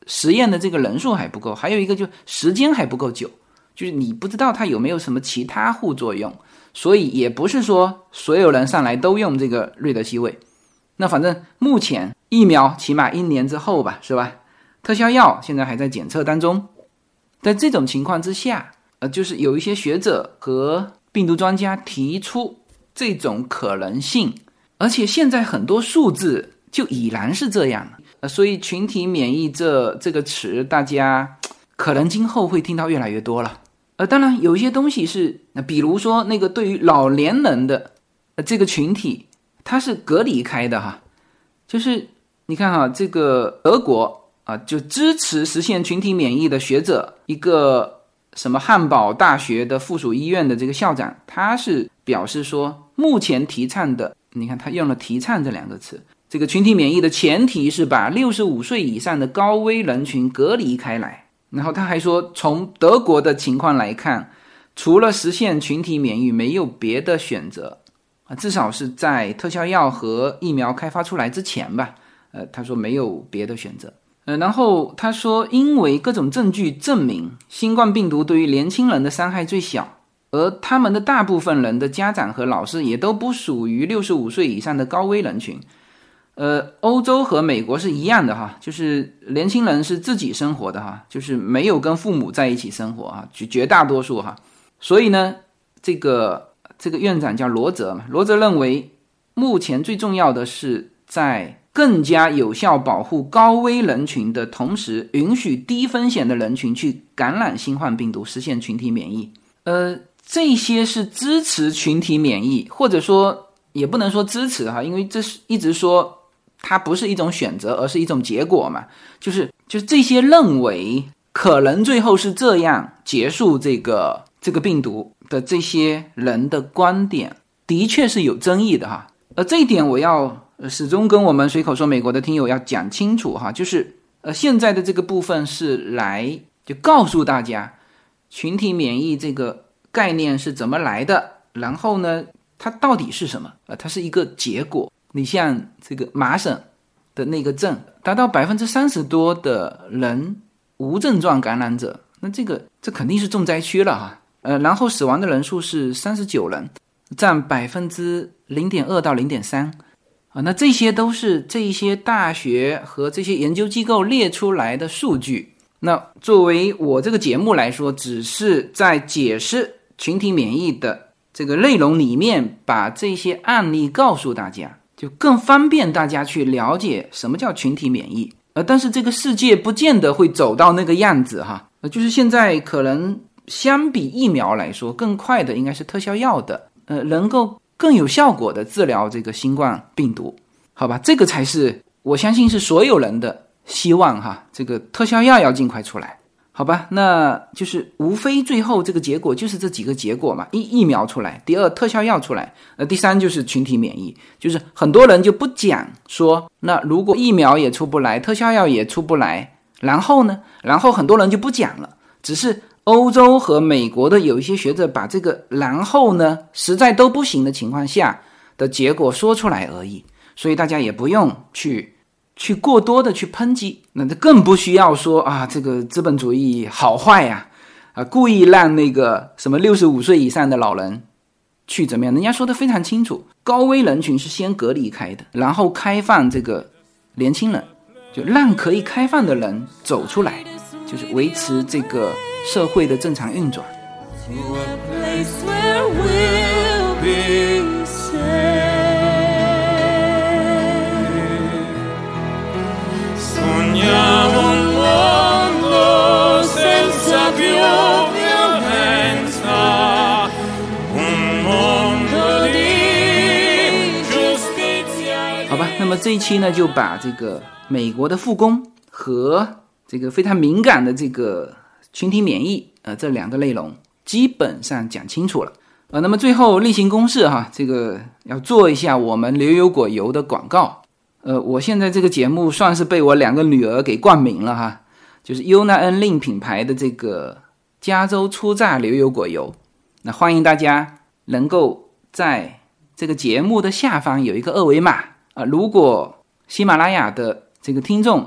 实验的这个人数还不够，还有一个就时间还不够久，就是你不知道它有没有什么其他副作用，所以也不是说所有人上来都用这个瑞德西韦。那反正目前疫苗起码一年之后吧，是吧？特效药现在还在检测当中。在这种情况之下，呃，就是有一些学者和病毒专家提出这种可能性，而且现在很多数字就已然是这样，呃，所以群体免疫这这个词，大家可能今后会听到越来越多了。呃，当然有一些东西是，呃、比如说那个对于老年人的、呃、这个群体，它是隔离开的哈，就是你看哈，这个德国啊，就支持实现群体免疫的学者，一个什么汉堡大学的附属医院的这个校长，他是表示说，目前提倡的，你看他用了提倡这两个词，这个群体免疫的前提是把六十五岁以上的高危人群隔离开来。然后他还说，从德国的情况来看，除了实现群体免疫，没有别的选择啊，至少是在特效药和疫苗开发出来之前吧。呃，他说没有别的选择。呃，然后他说，因为各种证据证明，新冠病毒对于年轻人的伤害最小，而他们的大部分人的家长和老师也都不属于六十五岁以上的高危人群。呃，欧洲和美国是一样的哈，就是年轻人是自己生活的哈，就是没有跟父母在一起生活哈，绝大多数哈。所以呢，这个这个院长叫罗泽嘛，罗泽认为，目前最重要的是在更加有效保护高危人群的同时，允许低风险的人群去感染新冠病毒，实现群体免疫。呃，这些是支持群体免疫，或者说也不能说支持哈，因为这是一直说它不是一种选择，而是一种结果嘛。就是就是这些认为可能最后是这样结束这个这个病毒的这些人的观点，的确是有争议的哈。而这一点我要始终跟我们随口说美国的听友要讲清楚哈，就是呃现在的这个部分是来就告诉大家群体免疫这个概念是怎么来的，然后呢它到底是什么？呃，它是一个结果。你像这个麻省的那个镇，达到百分之三十多的人无症状感染者，那这个这肯定是重灾区了哈。呃，然后死亡的人数是三十九人，占百分之零点二到零点三啊。那这些都是这一些大学和这些研究机构列出来的数据。那作为我这个节目来说，只是在解释群体免疫的这个内容里面，把这些案例告诉大家，就更方便大家去了解什么叫群体免疫。呃，但是这个世界不见得会走到那个样子哈。呃，就是现在可能相比疫苗来说，更快的应该是特效药的，呃，能够更有效果的治疗这个新冠病毒，好吧？这个才是我相信是所有人的希望哈。这个特效药要尽快出来。好吧，那就是无非最后这个结果就是这几个结果嘛，一疫苗出来，第二特效药出来，呃，第三就是群体免疫。就是很多人就不讲说，那如果疫苗也出不来，特效药也出不来，然后呢，然后很多人就不讲了，只是欧洲和美国的有一些学者把这个然后呢实在都不行的情况下的结果说出来而已，所以大家也不用去去过多的去抨击，那更不需要说啊，这个资本主义好坏呀、啊，啊，故意让那个什么六十五岁以上的老人去怎么样？人家说的非常清楚，高危人群是先隔离开的，然后开放这个年轻人，就让可以开放的人走出来，就是维持这个社会的正常运转。好吧，那么这一期呢，就把这个美国的复工和这个非常敏感的这个群体免疫呃这两个内容基本上讲清楚了。呃，那么最后例行公事哈，这个要做一下我们牛油果油的广告。呃，我现在这个节目算是被我两个女儿给冠名了哈，就是 Yuna and Lin 品牌的这个加州初榨牛油果油。那欢迎大家能够在这个节目的下方有一个二维码啊、呃，如果喜马拉雅的这个听众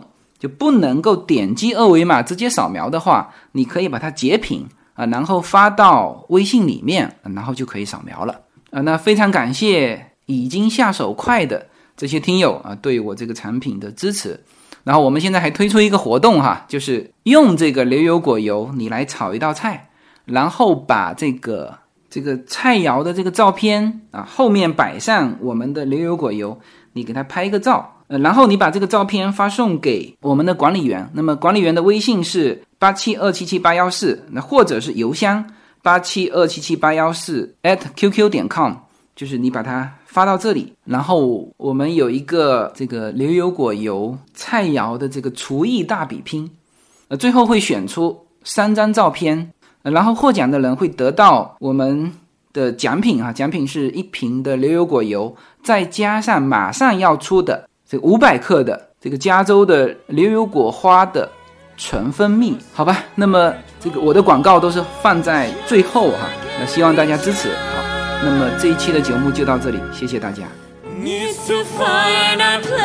就不能够点击二维码直接扫描的话，你可以把它截屏啊，然后发到微信里面，然后就可以扫描了啊。那非常感谢已经下手快的这些听友啊，对我这个产品的支持。然后我们现在还推出一个活动哈，就是用这个牛油果油你来炒一道菜，然后把这个这个菜肴的这个照片啊，后面摆上我们的牛油果油，你给它拍一个照，呃，然后你把这个照片发送给我们的管理员，那么管理员的微信是八七二七七八一四，那或者是邮箱八七二七七八一四 at qq 点 com， 就是你把它发到这里，然后我们有一个这个牛油果油菜肴的这个厨艺大比拼，呃，最后会选出三张照片，呃，然后获奖的人会得到我们的奖品啊，奖品是一瓶的牛油果油，再加上马上要出的这个五百克的这个加州的牛油果花的纯蜂蜜，好吧？那么这个我的广告都是放在最后哈，那希望大家支持。好，那么这一期的节目就到这里，谢谢大家。 Needs to find a place